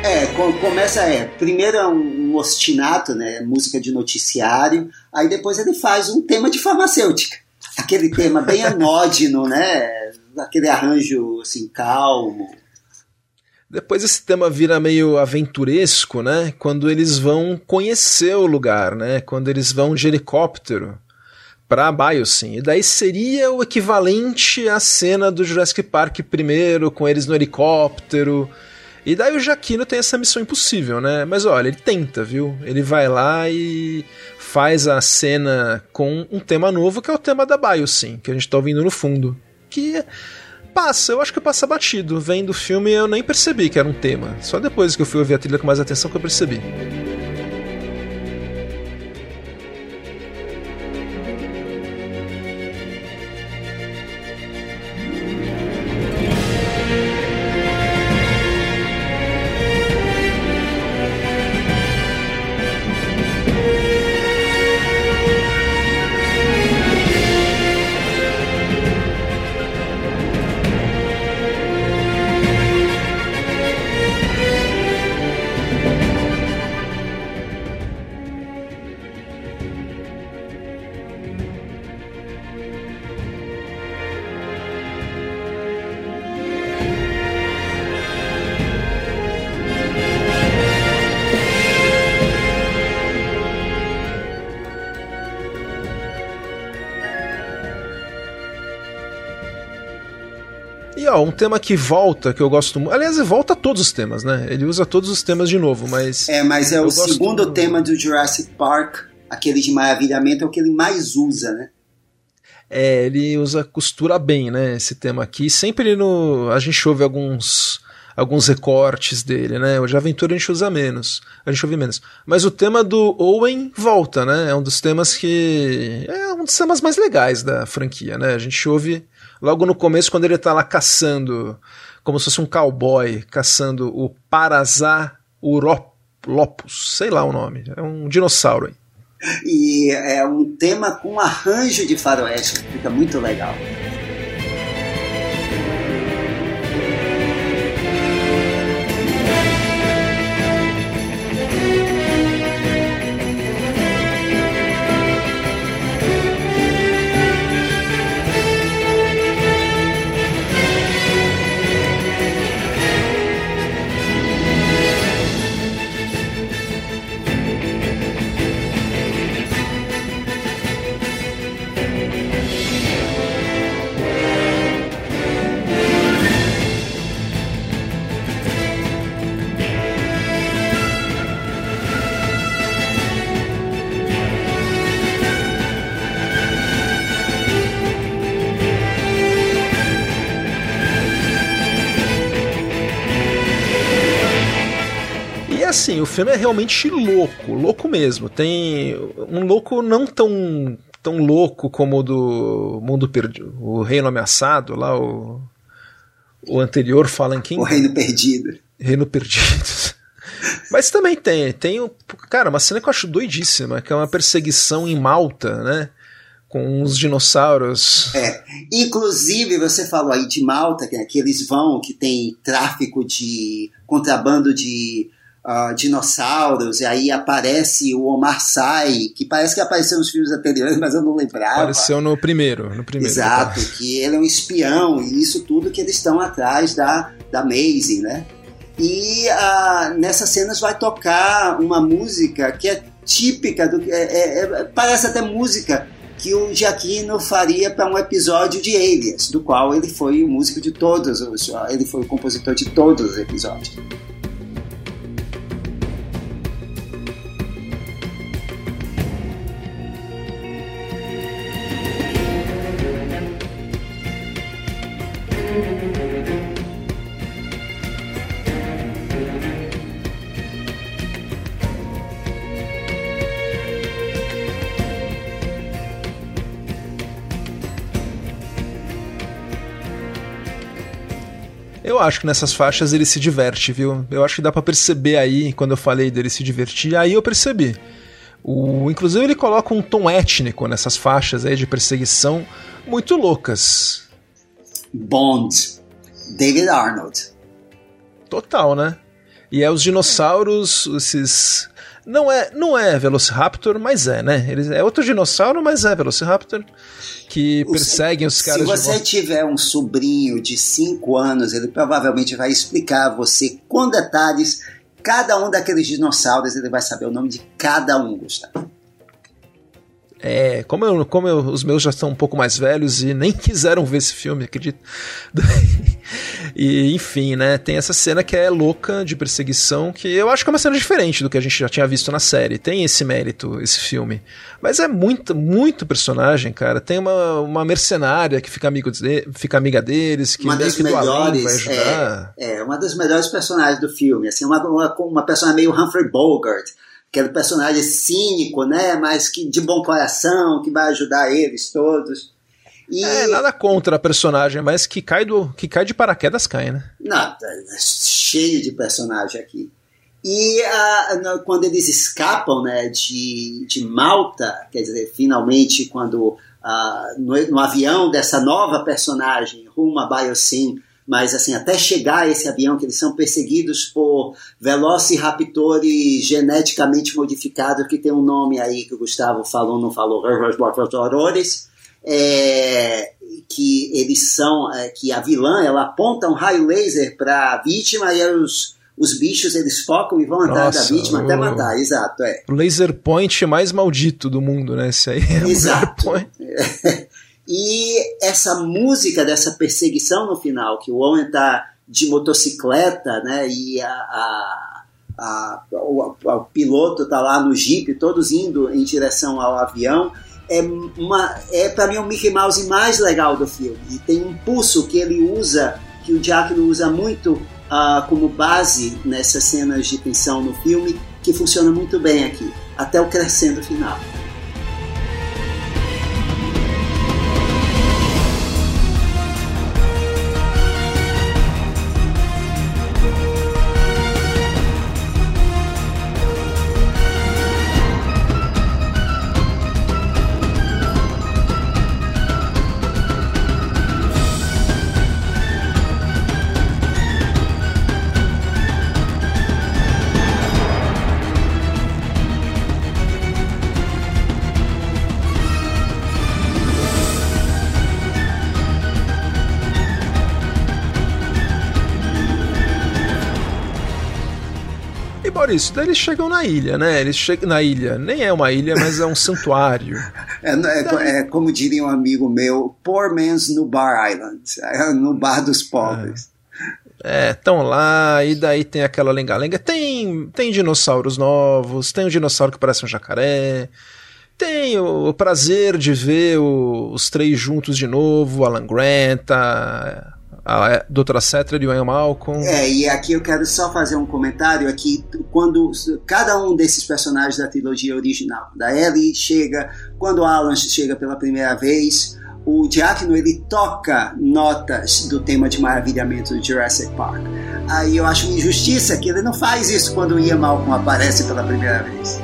Começa, primeiro é um ostinato, né, música de noticiário, aí depois ele faz um tema de farmacêutica, aquele tema bem anódino, né, aquele arranjo assim, calmo. Depois esse tema vira meio aventuresco, né, quando eles vão conhecer o lugar, né, quando eles vão de helicóptero para Biosyn, e daí seria o equivalente à cena do Jurassic Park primeiro, com eles no helicóptero. E daí o Giacchino tem essa missão impossível, né? Mas olha, ele tenta, viu? Ele vai lá e faz a cena com um tema novo, que é o tema da Biosyn, que a gente tá ouvindo no fundo. Que eu acho que passa batido. Vendo o filme eu nem percebi que era um tema. Só depois que eu fui ouvir a trilha com mais atenção que eu percebi. E ó, um tema que volta, que eu gosto muito. Aliás, volta todos os temas, né? Ele usa todos os temas de novo, mas. Mas é o segundo tema do Jurassic Park, aquele de maravilhamento, é o que ele mais usa, né? Ele costura bem, né? Esse tema aqui. Sempre a gente ouve alguns recortes dele, né? O de Aventura a gente usa menos. A gente ouve menos. Mas o tema do Owen volta, né? É um dos temas mais legais da franquia, né? A gente ouve logo no começo, quando ele tá lá caçando, como se fosse um cowboy, caçando o Parasaurolophus, sei lá o nome, é um dinossauro aí. E é um tema com arranjo de faroeste, que fica muito legal. Assim, o filme é realmente louco mesmo. Tem um louco não tão louco como o do Mundo Perdido, o Reino Ameaçado, lá o anterior Fallen King. O Reino Perdido. Reino Perdido. Mas também tem uma cena que eu acho doidíssima, que é uma perseguição em Malta, né? Com uns dinossauros. Inclusive, você falou aí de Malta, que eles vão, que tem tráfico de contrabando de dinossauros, e aí aparece o Omar Sy, que parece que apareceu nos filmes anteriores, mas eu não lembrava. Apareceu no primeiro. Exato, que ele é um espião, e isso tudo que eles estão atrás da Maisie, né? E nessas cenas vai tocar uma música que é típica, parece até música que o Giacchino faria para um episódio de Alias, do qual ele foi o músico de todos, ele foi o compositor de todos os episódios. Eu acho que nessas faixas ele se diverte, viu? Eu acho que dá pra perceber aí, quando eu falei dele se divertir, aí eu percebi. Inclusive ele coloca um tom étnico nessas faixas aí de perseguição muito loucas. Bond, David Arnold. Total, né? E é os dinossauros, esses... Não é Velociraptor, mas é, né? É outro dinossauro, mas é Velociraptor, que perseguem os caras. Se você tiver um sobrinho de 5 anos, ele provavelmente vai explicar a você com detalhes cada um daqueles dinossauros, ele vai saber o nome de cada um, Gustavo. Os meus já estão um pouco mais velhos e nem quiseram ver esse filme, acredito. E, enfim, né, tem essa cena que é louca de perseguição, que eu acho que é uma cena diferente do que a gente já tinha visto na série. Tem esse mérito, esse filme. Mas é muito personagem, cara. Tem uma mercenária que fica amiga deles, que uma meio das que melhores, vai ajudar. Uma das melhores personagens do filme. Assim, uma personagem meio Humphrey Bogart, aquele personagem cínico, né, mas que de bom coração, que vai ajudar eles todos. Nada contra a personagem, mas que cai de paraquedas, cai, né? Não, cheio de personagem aqui. E quando eles escapam, né, de Malta, quer dizer, finalmente quando no avião dessa nova personagem rumo a Biosyn, mas assim, até chegar a esse avião, que eles são perseguidos por velociraptores geneticamente modificados, que tem um nome aí que o Gustavo falou, não falou, que eles são, que a vilã, ela aponta um raio laser para a vítima e aí os bichos, eles focam e vão atrás da vítima até matar, exato. O laser point mais maldito do mundo, né, esse aí é exato. O laser point. E essa música dessa perseguição no final, que o Owen tá de motocicleta, né, e o piloto tá lá no Jeep, todos indo em direção ao avião, para mim o Mickey Mouse mais legal do filme. E tem um pulso que ele usa, que o Giacchino usa muito como base nessas cenas de tensão no filme, que funciona muito bem aqui, até o crescendo final. Maurício, daí eles chegam na ilha, né? Eles chegam na ilha, nem é uma ilha, mas é um santuário. É como diria um amigo meu, Poor Man's Nubar Island, no bar dos pobres. Estão lá, e daí tem aquela lenga-lenga, tem dinossauros novos, tem um dinossauro que parece um jacaré, tem o prazer de ver os três juntos de novo, Alan Grant, a Doutora Cetra e o Ian Malcolm. E aqui eu quero só fazer um comentário aqui, quando cada um desses personagens da trilogia original, da Ellie chega, quando o Alan chega pela primeira vez, o Giacchino, ele toca notas do tema de maravilhamento do Jurassic Park. Aí eu acho uma injustiça que ele não faz isso quando o Ian Malcolm aparece pela primeira vez.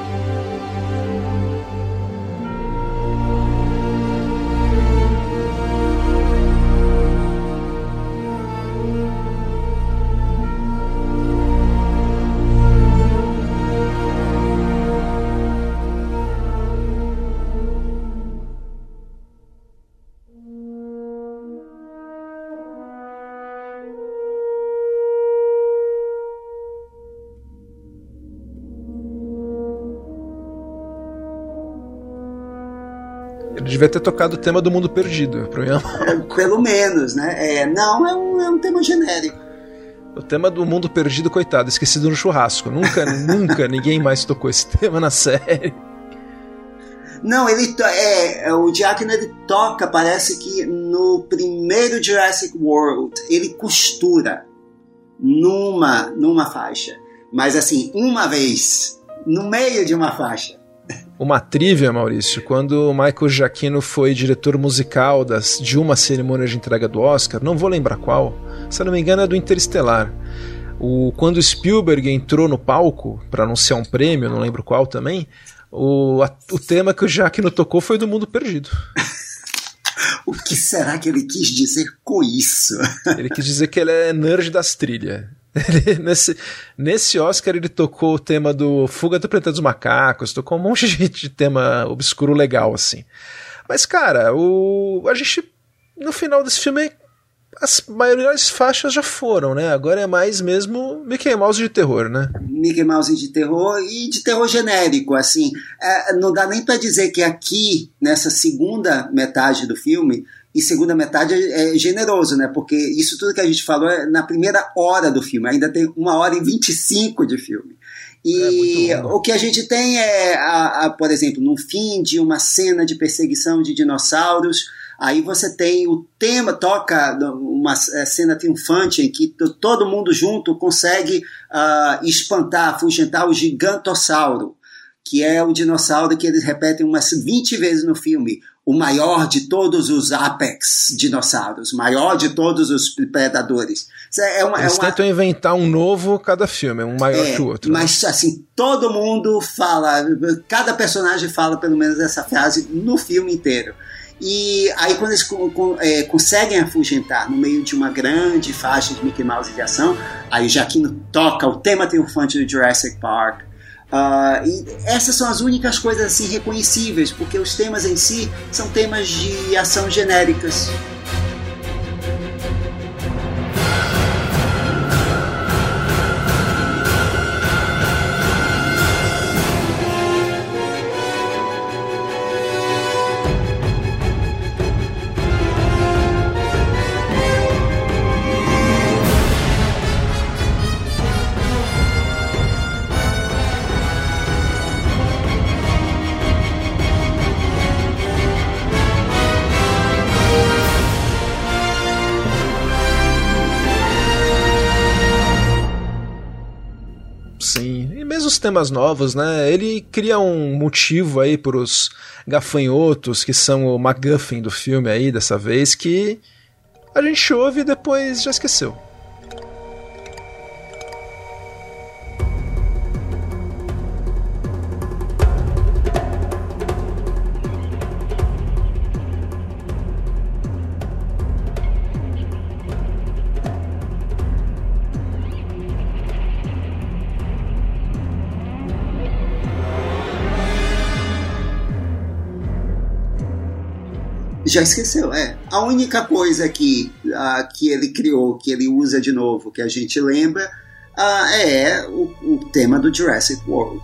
Ele devia ter tocado o tema do Mundo Perdido pro Ian Malcolm. Pelo menos, né? Não, é um tema genérico. O tema do Mundo Perdido, coitado, esquecido no churrasco. Nunca ninguém mais tocou esse tema na série. Não, o Giacchino, ele toca, parece que no primeiro Jurassic World, ele costura numa faixa. Mas assim, uma vez, no meio de uma faixa. Uma trivia, Maurício, quando o Michael Giacchino foi diretor musical de uma cerimônia de entrega do Oscar, não vou lembrar qual, se eu não me engano é do Interestelar, quando o Spielberg entrou no palco para anunciar um prêmio, não lembro qual também, o tema que o Giacchino tocou foi do Mundo Perdido. O que será que ele quis dizer com isso? Ele quis dizer que ele é nerd das trilhas. Nesse Oscar ele tocou o tema do Fuga do Planeta dos Macacos, tocou um monte de tema obscuro legal, assim. Mas, cara, a gente, no final desse filme, as maiores faixas já foram, né? Agora é mais mesmo Mickey Mouse de terror, né? Mickey Mouse de terror e de terror genérico, assim. Não dá nem para dizer que aqui, nessa segunda metade do filme, e segunda metade é generoso, né? Porque isso tudo que a gente falou é na primeira hora do filme, ainda tem 1h25 de filme. E o que a gente tem por exemplo, no fim de uma cena de perseguição de dinossauros, aí você tem o tema, toca uma cena triunfante em que todo mundo junto consegue espantar, afugentar o gigantossauro, que é o dinossauro que eles repetem umas 20 vezes no filme, o maior de todos os apex dinossauros, maior de todos os predadores. Eles tentam inventar um novo cada filme, um maior que o outro. Mas, assim, todo mundo fala, cada personagem fala pelo menos essa frase no filme inteiro. E aí quando eles conseguem afugentar no meio de uma grande faixa de Mickey Mouse de ação, aí o Giacchino toca o tema triunfante do Jurassic Park. E essas são as únicas coisas assim reconhecíveis, porque os temas em si são temas de ação genéricas. Os temas novos, né? Ele cria um motivo aí para os gafanhotos, que são o MacGuffin do filme aí, dessa vez, que a gente ouve e depois já esqueceu. Já esqueceu, A única coisa que ele criou, que ele usa de novo, que a gente lembra, é o tema do Jurassic World.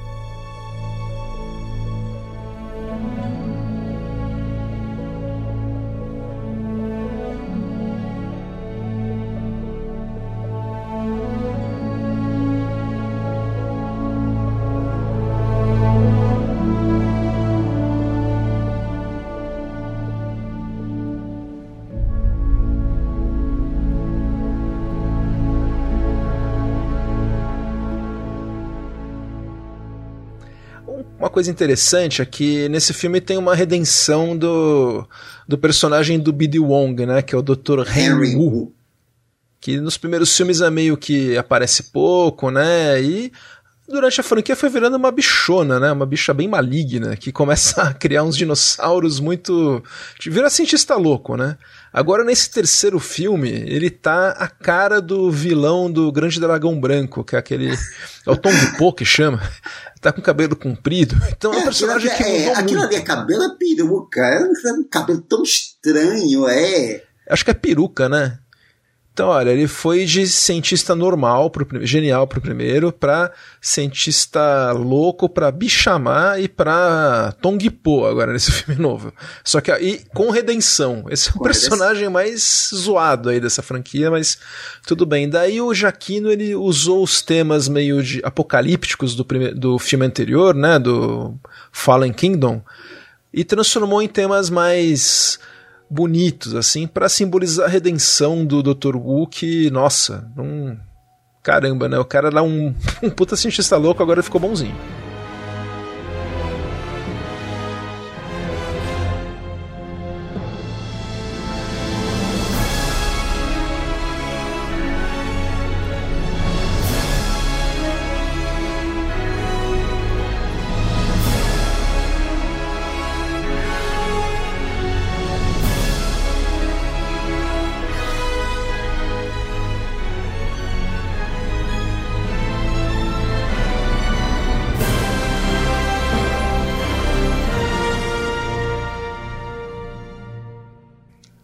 Uma coisa interessante é que nesse filme tem uma redenção do personagem do B.D. Wong, né, que é o Dr. Henry Wu, que nos primeiros filmes é meio que aparece pouco, né, e durante a franquia foi virando uma bichona, né, uma bicha bem maligna, que começa a criar uns dinossauros muito... vira cientista louco, né. Agora nesse terceiro filme, ele tá a cara do vilão do Grande Dragão Branco, que é aquele... é o Tong Po que chama... tá com cabelo comprido, então é um personagem que mudou muito. Aquilo ali é cabelo, é peruca, é um cabelo tão estranho, Acho que é peruca, né? Então, olha, ele foi de cientista normal, genial pro primeiro, pra cientista louco, pra bichamar e pra Tong Po agora nesse filme novo. Só que aí com redenção. Esse é o personagem mais zoado aí dessa franquia, mas tudo bem. Daí o Giacchino, ele usou os temas meio de apocalípticos do filme anterior, né, do Fallen Kingdom, e transformou em temas mais bonitos, assim, pra simbolizar a redenção do Dr. Wu, que, nossa, caramba, né, o cara era um puta cientista louco, agora ficou bonzinho.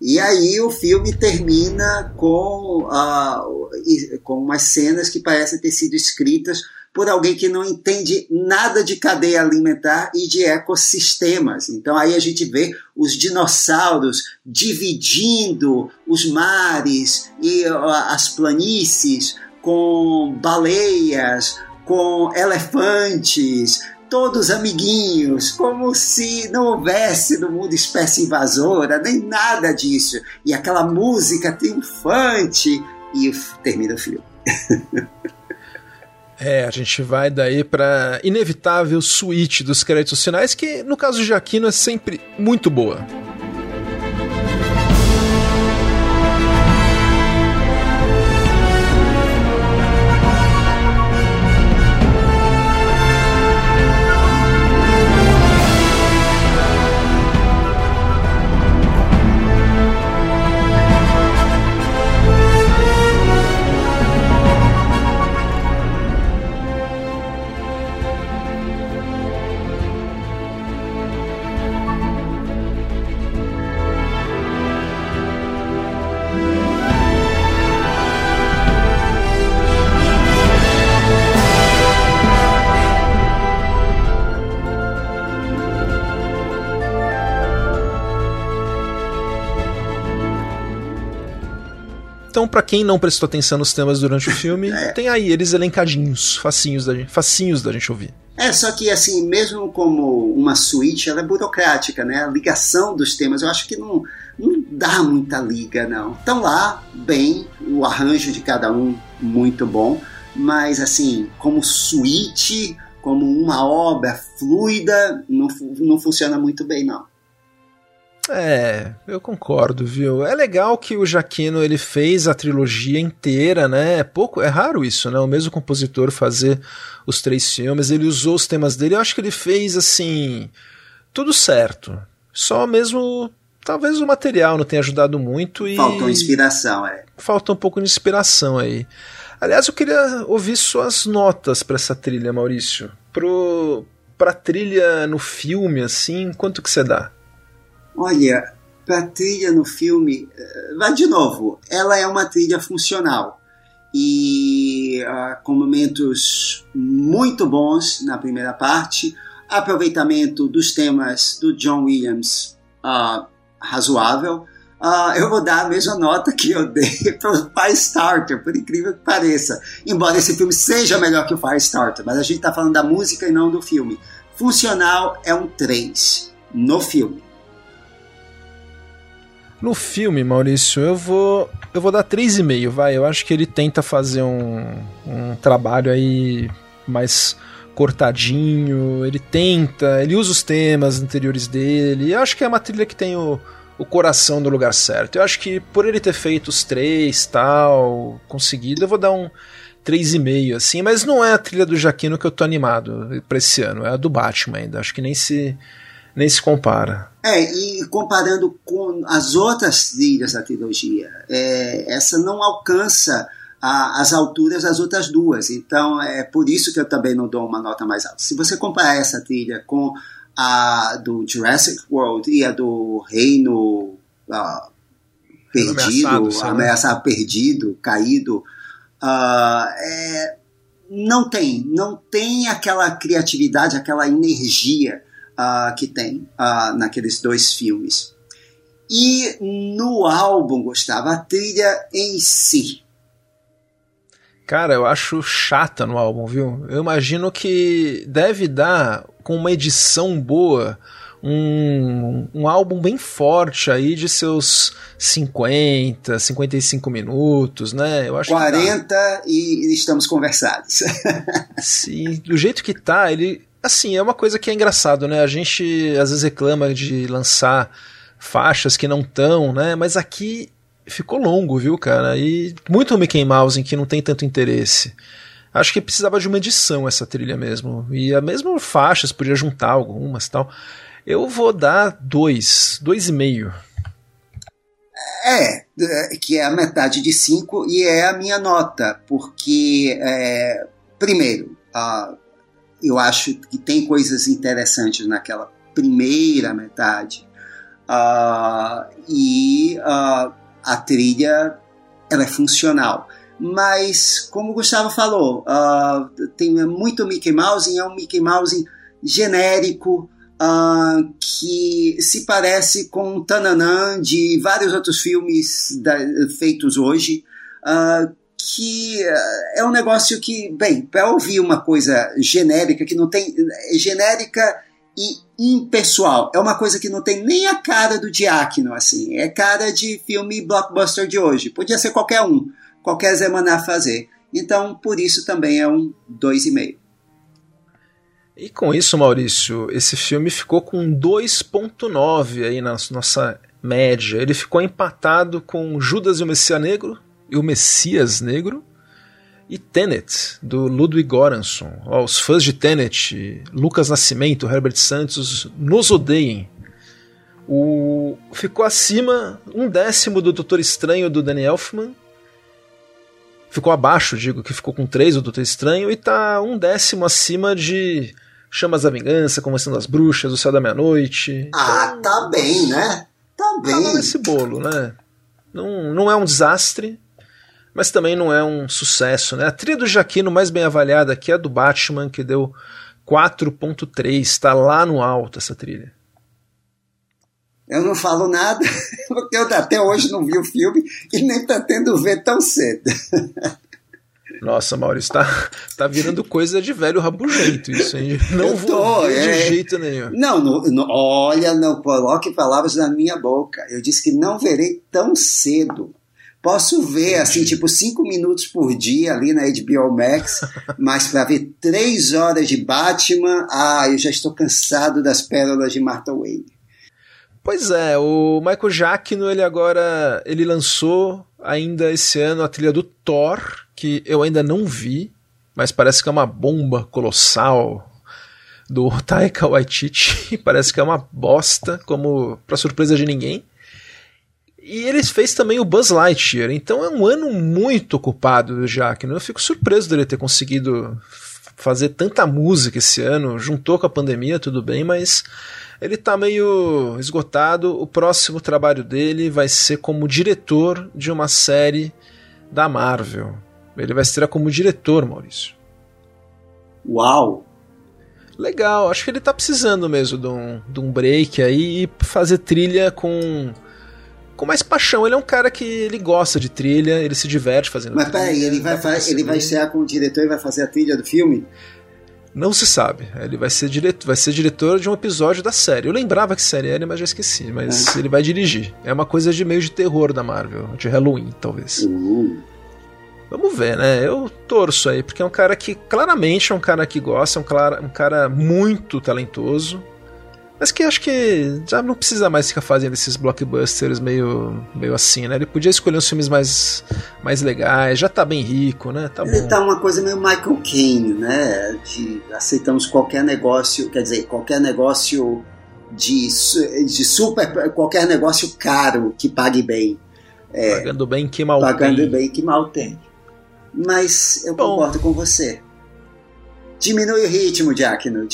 E aí o filme termina com umas cenas que parecem ter sido escritas por alguém que não entende nada de cadeia alimentar e de ecossistemas. Então aí a gente vê os dinossauros dividindo os mares e as planícies com baleias, com elefantes, todos amiguinhos, como se não houvesse no mundo espécie invasora, nem nada disso. E aquela música triunfante e termina o filme. A gente vai daí pra inevitável suíte dos créditos finais, que no caso de Giacchino é sempre muito boa. Então, pra quem não prestou atenção nos temas durante o filme, tem aí eles elencadinhos, facinhos da gente ouvir. Só que assim, mesmo como uma suíte, ela é burocrática, né? A ligação dos temas, eu acho que não dá muita liga, não. Estão lá, bem, o arranjo de cada um muito bom, mas assim, como suíte, como uma obra fluida, não funciona muito bem, não. Eu concordo, viu? É legal que o Giacchino ele fez a trilogia inteira, né? É raro isso, né? O mesmo compositor fazer os 3 filmes, ele usou os temas dele, eu acho que ele fez, assim, tudo certo. Só mesmo, talvez o material não tenha ajudado muito e... Faltou inspiração, Falta um pouco de inspiração aí. Aliás, eu queria ouvir suas notas pra essa trilha, Maurício. Pra trilha no filme, assim, quanto que você dá? Olha, para trilha no filme, vai de novo, ela é uma trilha funcional e com momentos muito bons na primeira parte, aproveitamento dos temas do John Williams razoável. Eu vou dar a mesma nota que eu dei para o Firestarter, por incrível que pareça, embora esse filme seja melhor que o Firestarter, mas a gente está falando da música e não do filme. Funcional é um 3 no filme. No filme, Maurício, eu vou dar 3,5, vai. Eu acho que ele tenta fazer um trabalho aí mais cortadinho, ele usa os temas anteriores dele, e eu acho que é uma trilha que tem o coração no lugar certo. Eu acho que por ele ter feito os 3, tal, conseguido, eu vou dar um 3,5, assim, mas não é a trilha do Giacchino que eu tô animado pra esse ano, é a do Batman ainda, acho que nem se compara. E comparando com as outras trilhas da trilogia, essa não alcança as alturas das outras duas, então é por isso que eu também não dou uma nota mais alta. Se você comparar essa trilha com a do Jurassic World e a do Reino Perdido, Ameaçado, Perdido, Caído, não tem aquela criatividade, aquela energia que tem naqueles 2 filmes. E no álbum, Gustavo, a trilha em si. Cara, eu acho chata no álbum, viu? Eu imagino que deve dar, com uma edição boa, um álbum bem forte aí de seus 50, 55 minutos, né? Eu acho 40 e estamos conversados. Sim, do jeito que tá, ele... Assim, é uma coisa que é engraçado, né? A gente às vezes reclama de lançar faixas que não estão, né? Mas aqui ficou longo, viu, cara? E muito Mickey Mouse em que não tem tanto interesse. Acho que precisava de uma edição essa trilha mesmo. E a mesma faixas, podia juntar algumas e tal. Eu vou dar 2,5. Que é a metade de 5 e é a minha nota, porque, primeiro, eu acho que tem coisas interessantes naquela primeira metade, e a trilha ela é funcional. Mas, como o Gustavo falou, tem muito Mickey Mouse, e é um Mickey Mouse genérico, que se parece com o Tananã de vários outros filmes feitos hoje, que é um negócio que, bem, para ouvir uma coisa genérica, que não tem... genérica e impessoal, é uma coisa que não tem nem a cara do Diácono, assim, é cara de filme blockbuster de hoje, podia ser qualquer Zé Maná fazer, então por isso também é um 2,5. E com isso, Maurício, esse filme ficou com 2,9 aí na nossa média. Ele ficou empatado com Judas e o Messias Negro e Tenet, do Ludwig Göransson. Os fãs de Tenet, Lucas Nascimento, Herbert Santos, nos odeiem. Ficou acima 1/10 do Doutor Estranho do Danny Elfman. Ficou abaixo, que ficou com 3 o Doutor Estranho, e tá 1/10 acima de Chamas da Vingança, Convenção das Bruxas, O Céu da Meia-Noite. Então, tá bem, né? Tá bem. Tá nesse bolo, né? Não é um desastre, mas também não é um sucesso, né? A trilha do Giacchino mais bem avaliada aqui é a do Batman, que deu 4,3, tá lá no alto essa trilha. Eu não falo nada, porque eu até hoje não vi o filme e nem pretendo ver tão cedo. Nossa, Maurício, tá virando coisa de velho rabugento isso, hein? Não vou ver de jeito nenhum. Olha, não coloque palavras na minha boca. Eu disse que não verei tão cedo. Posso ver, assim, tipo 5 minutos por dia ali na HBO Max, mas para ver 3 horas de Batman, eu já estou cansado das pérolas de Martha Wayne. Pois é, o Michael Giacchino, ele lançou ainda esse ano a trilha do Thor, que eu ainda não vi, mas parece que é uma bomba colossal, do Taika Waititi, parece que é uma bosta, como pra surpresa de ninguém. E ele fez também o Buzz Lightyear, então é um ano muito ocupado do Giacchino. Eu fico surpreso dele ter conseguido fazer tanta música esse ano, juntou com a pandemia, tudo bem, mas ele tá meio esgotado. O próximo trabalho dele vai ser como diretor de uma série da Marvel. Ele vai estrear como diretor, Maurício. Uau! Legal, acho que ele tá precisando mesmo de um break aí e fazer trilha com mais paixão. Ele é um cara que ele gosta de trilha, ele se diverte fazendo trilha. Mas peraí, ele vai ser com o diretor e vai fazer a trilha do filme? Não se sabe. Ele vai ser diretor de um episódio da série. Eu lembrava que série era, mas já esqueci. Mas ele vai dirigir. É uma coisa de meio de terror da Marvel, de Halloween, talvez. Vamos ver, né? Eu torço aí, porque é um cara que claramente é um cara que gosta, um cara muito talentoso, mas que acho que já não precisa mais ficar fazendo esses blockbusters meio assim, né? Ele podia escolher uns filmes mais legais, já tá bem rico, né? Tá ele bom. Tá uma coisa meio Michael Caine, né? De aceitamos qualquer negócio, quer dizer, qualquer negócio de super, qualquer negócio caro que pague bem. Pagando bem que mal tem. Pagando bem que mal tem. Mas eu concordo com você. Diminui o ritmo, Giacchino.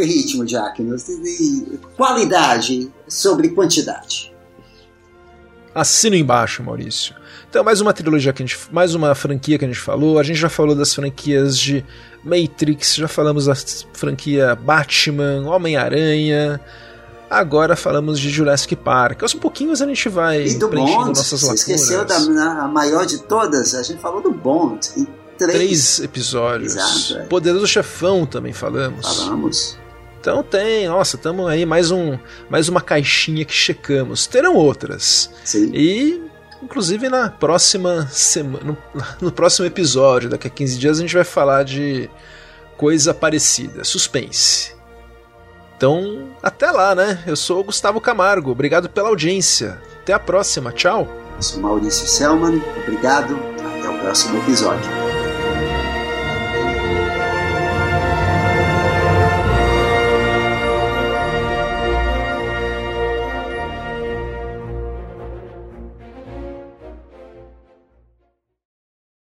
Qualidade sobre quantidade. Assino embaixo, Maurício. Então, mais uma trilogia mais uma franquia que a gente falou. A gente já falou das franquias de Matrix, já falamos da franquia Batman, Homem-Aranha. Agora falamos de Jurassic Park. Aos pouquinhos a gente vai preenchendo nossas lacunas. Você esqueceu a maior de todas? A gente falou do Bond. Em 3 episódios. Exato, Poderoso Chefão também falamos. Então estamos aí mais uma caixinha que checamos. Terão outras. Sim. E, inclusive, na próxima semana, no próximo episódio, daqui a 15 dias, a gente vai falar de coisa parecida. Suspense. Então, até lá, né? Eu sou o Gustavo Camargo. Obrigado pela audiência. Até a próxima. Tchau. Eu sou Maurício Selman. Obrigado. Até o próximo episódio.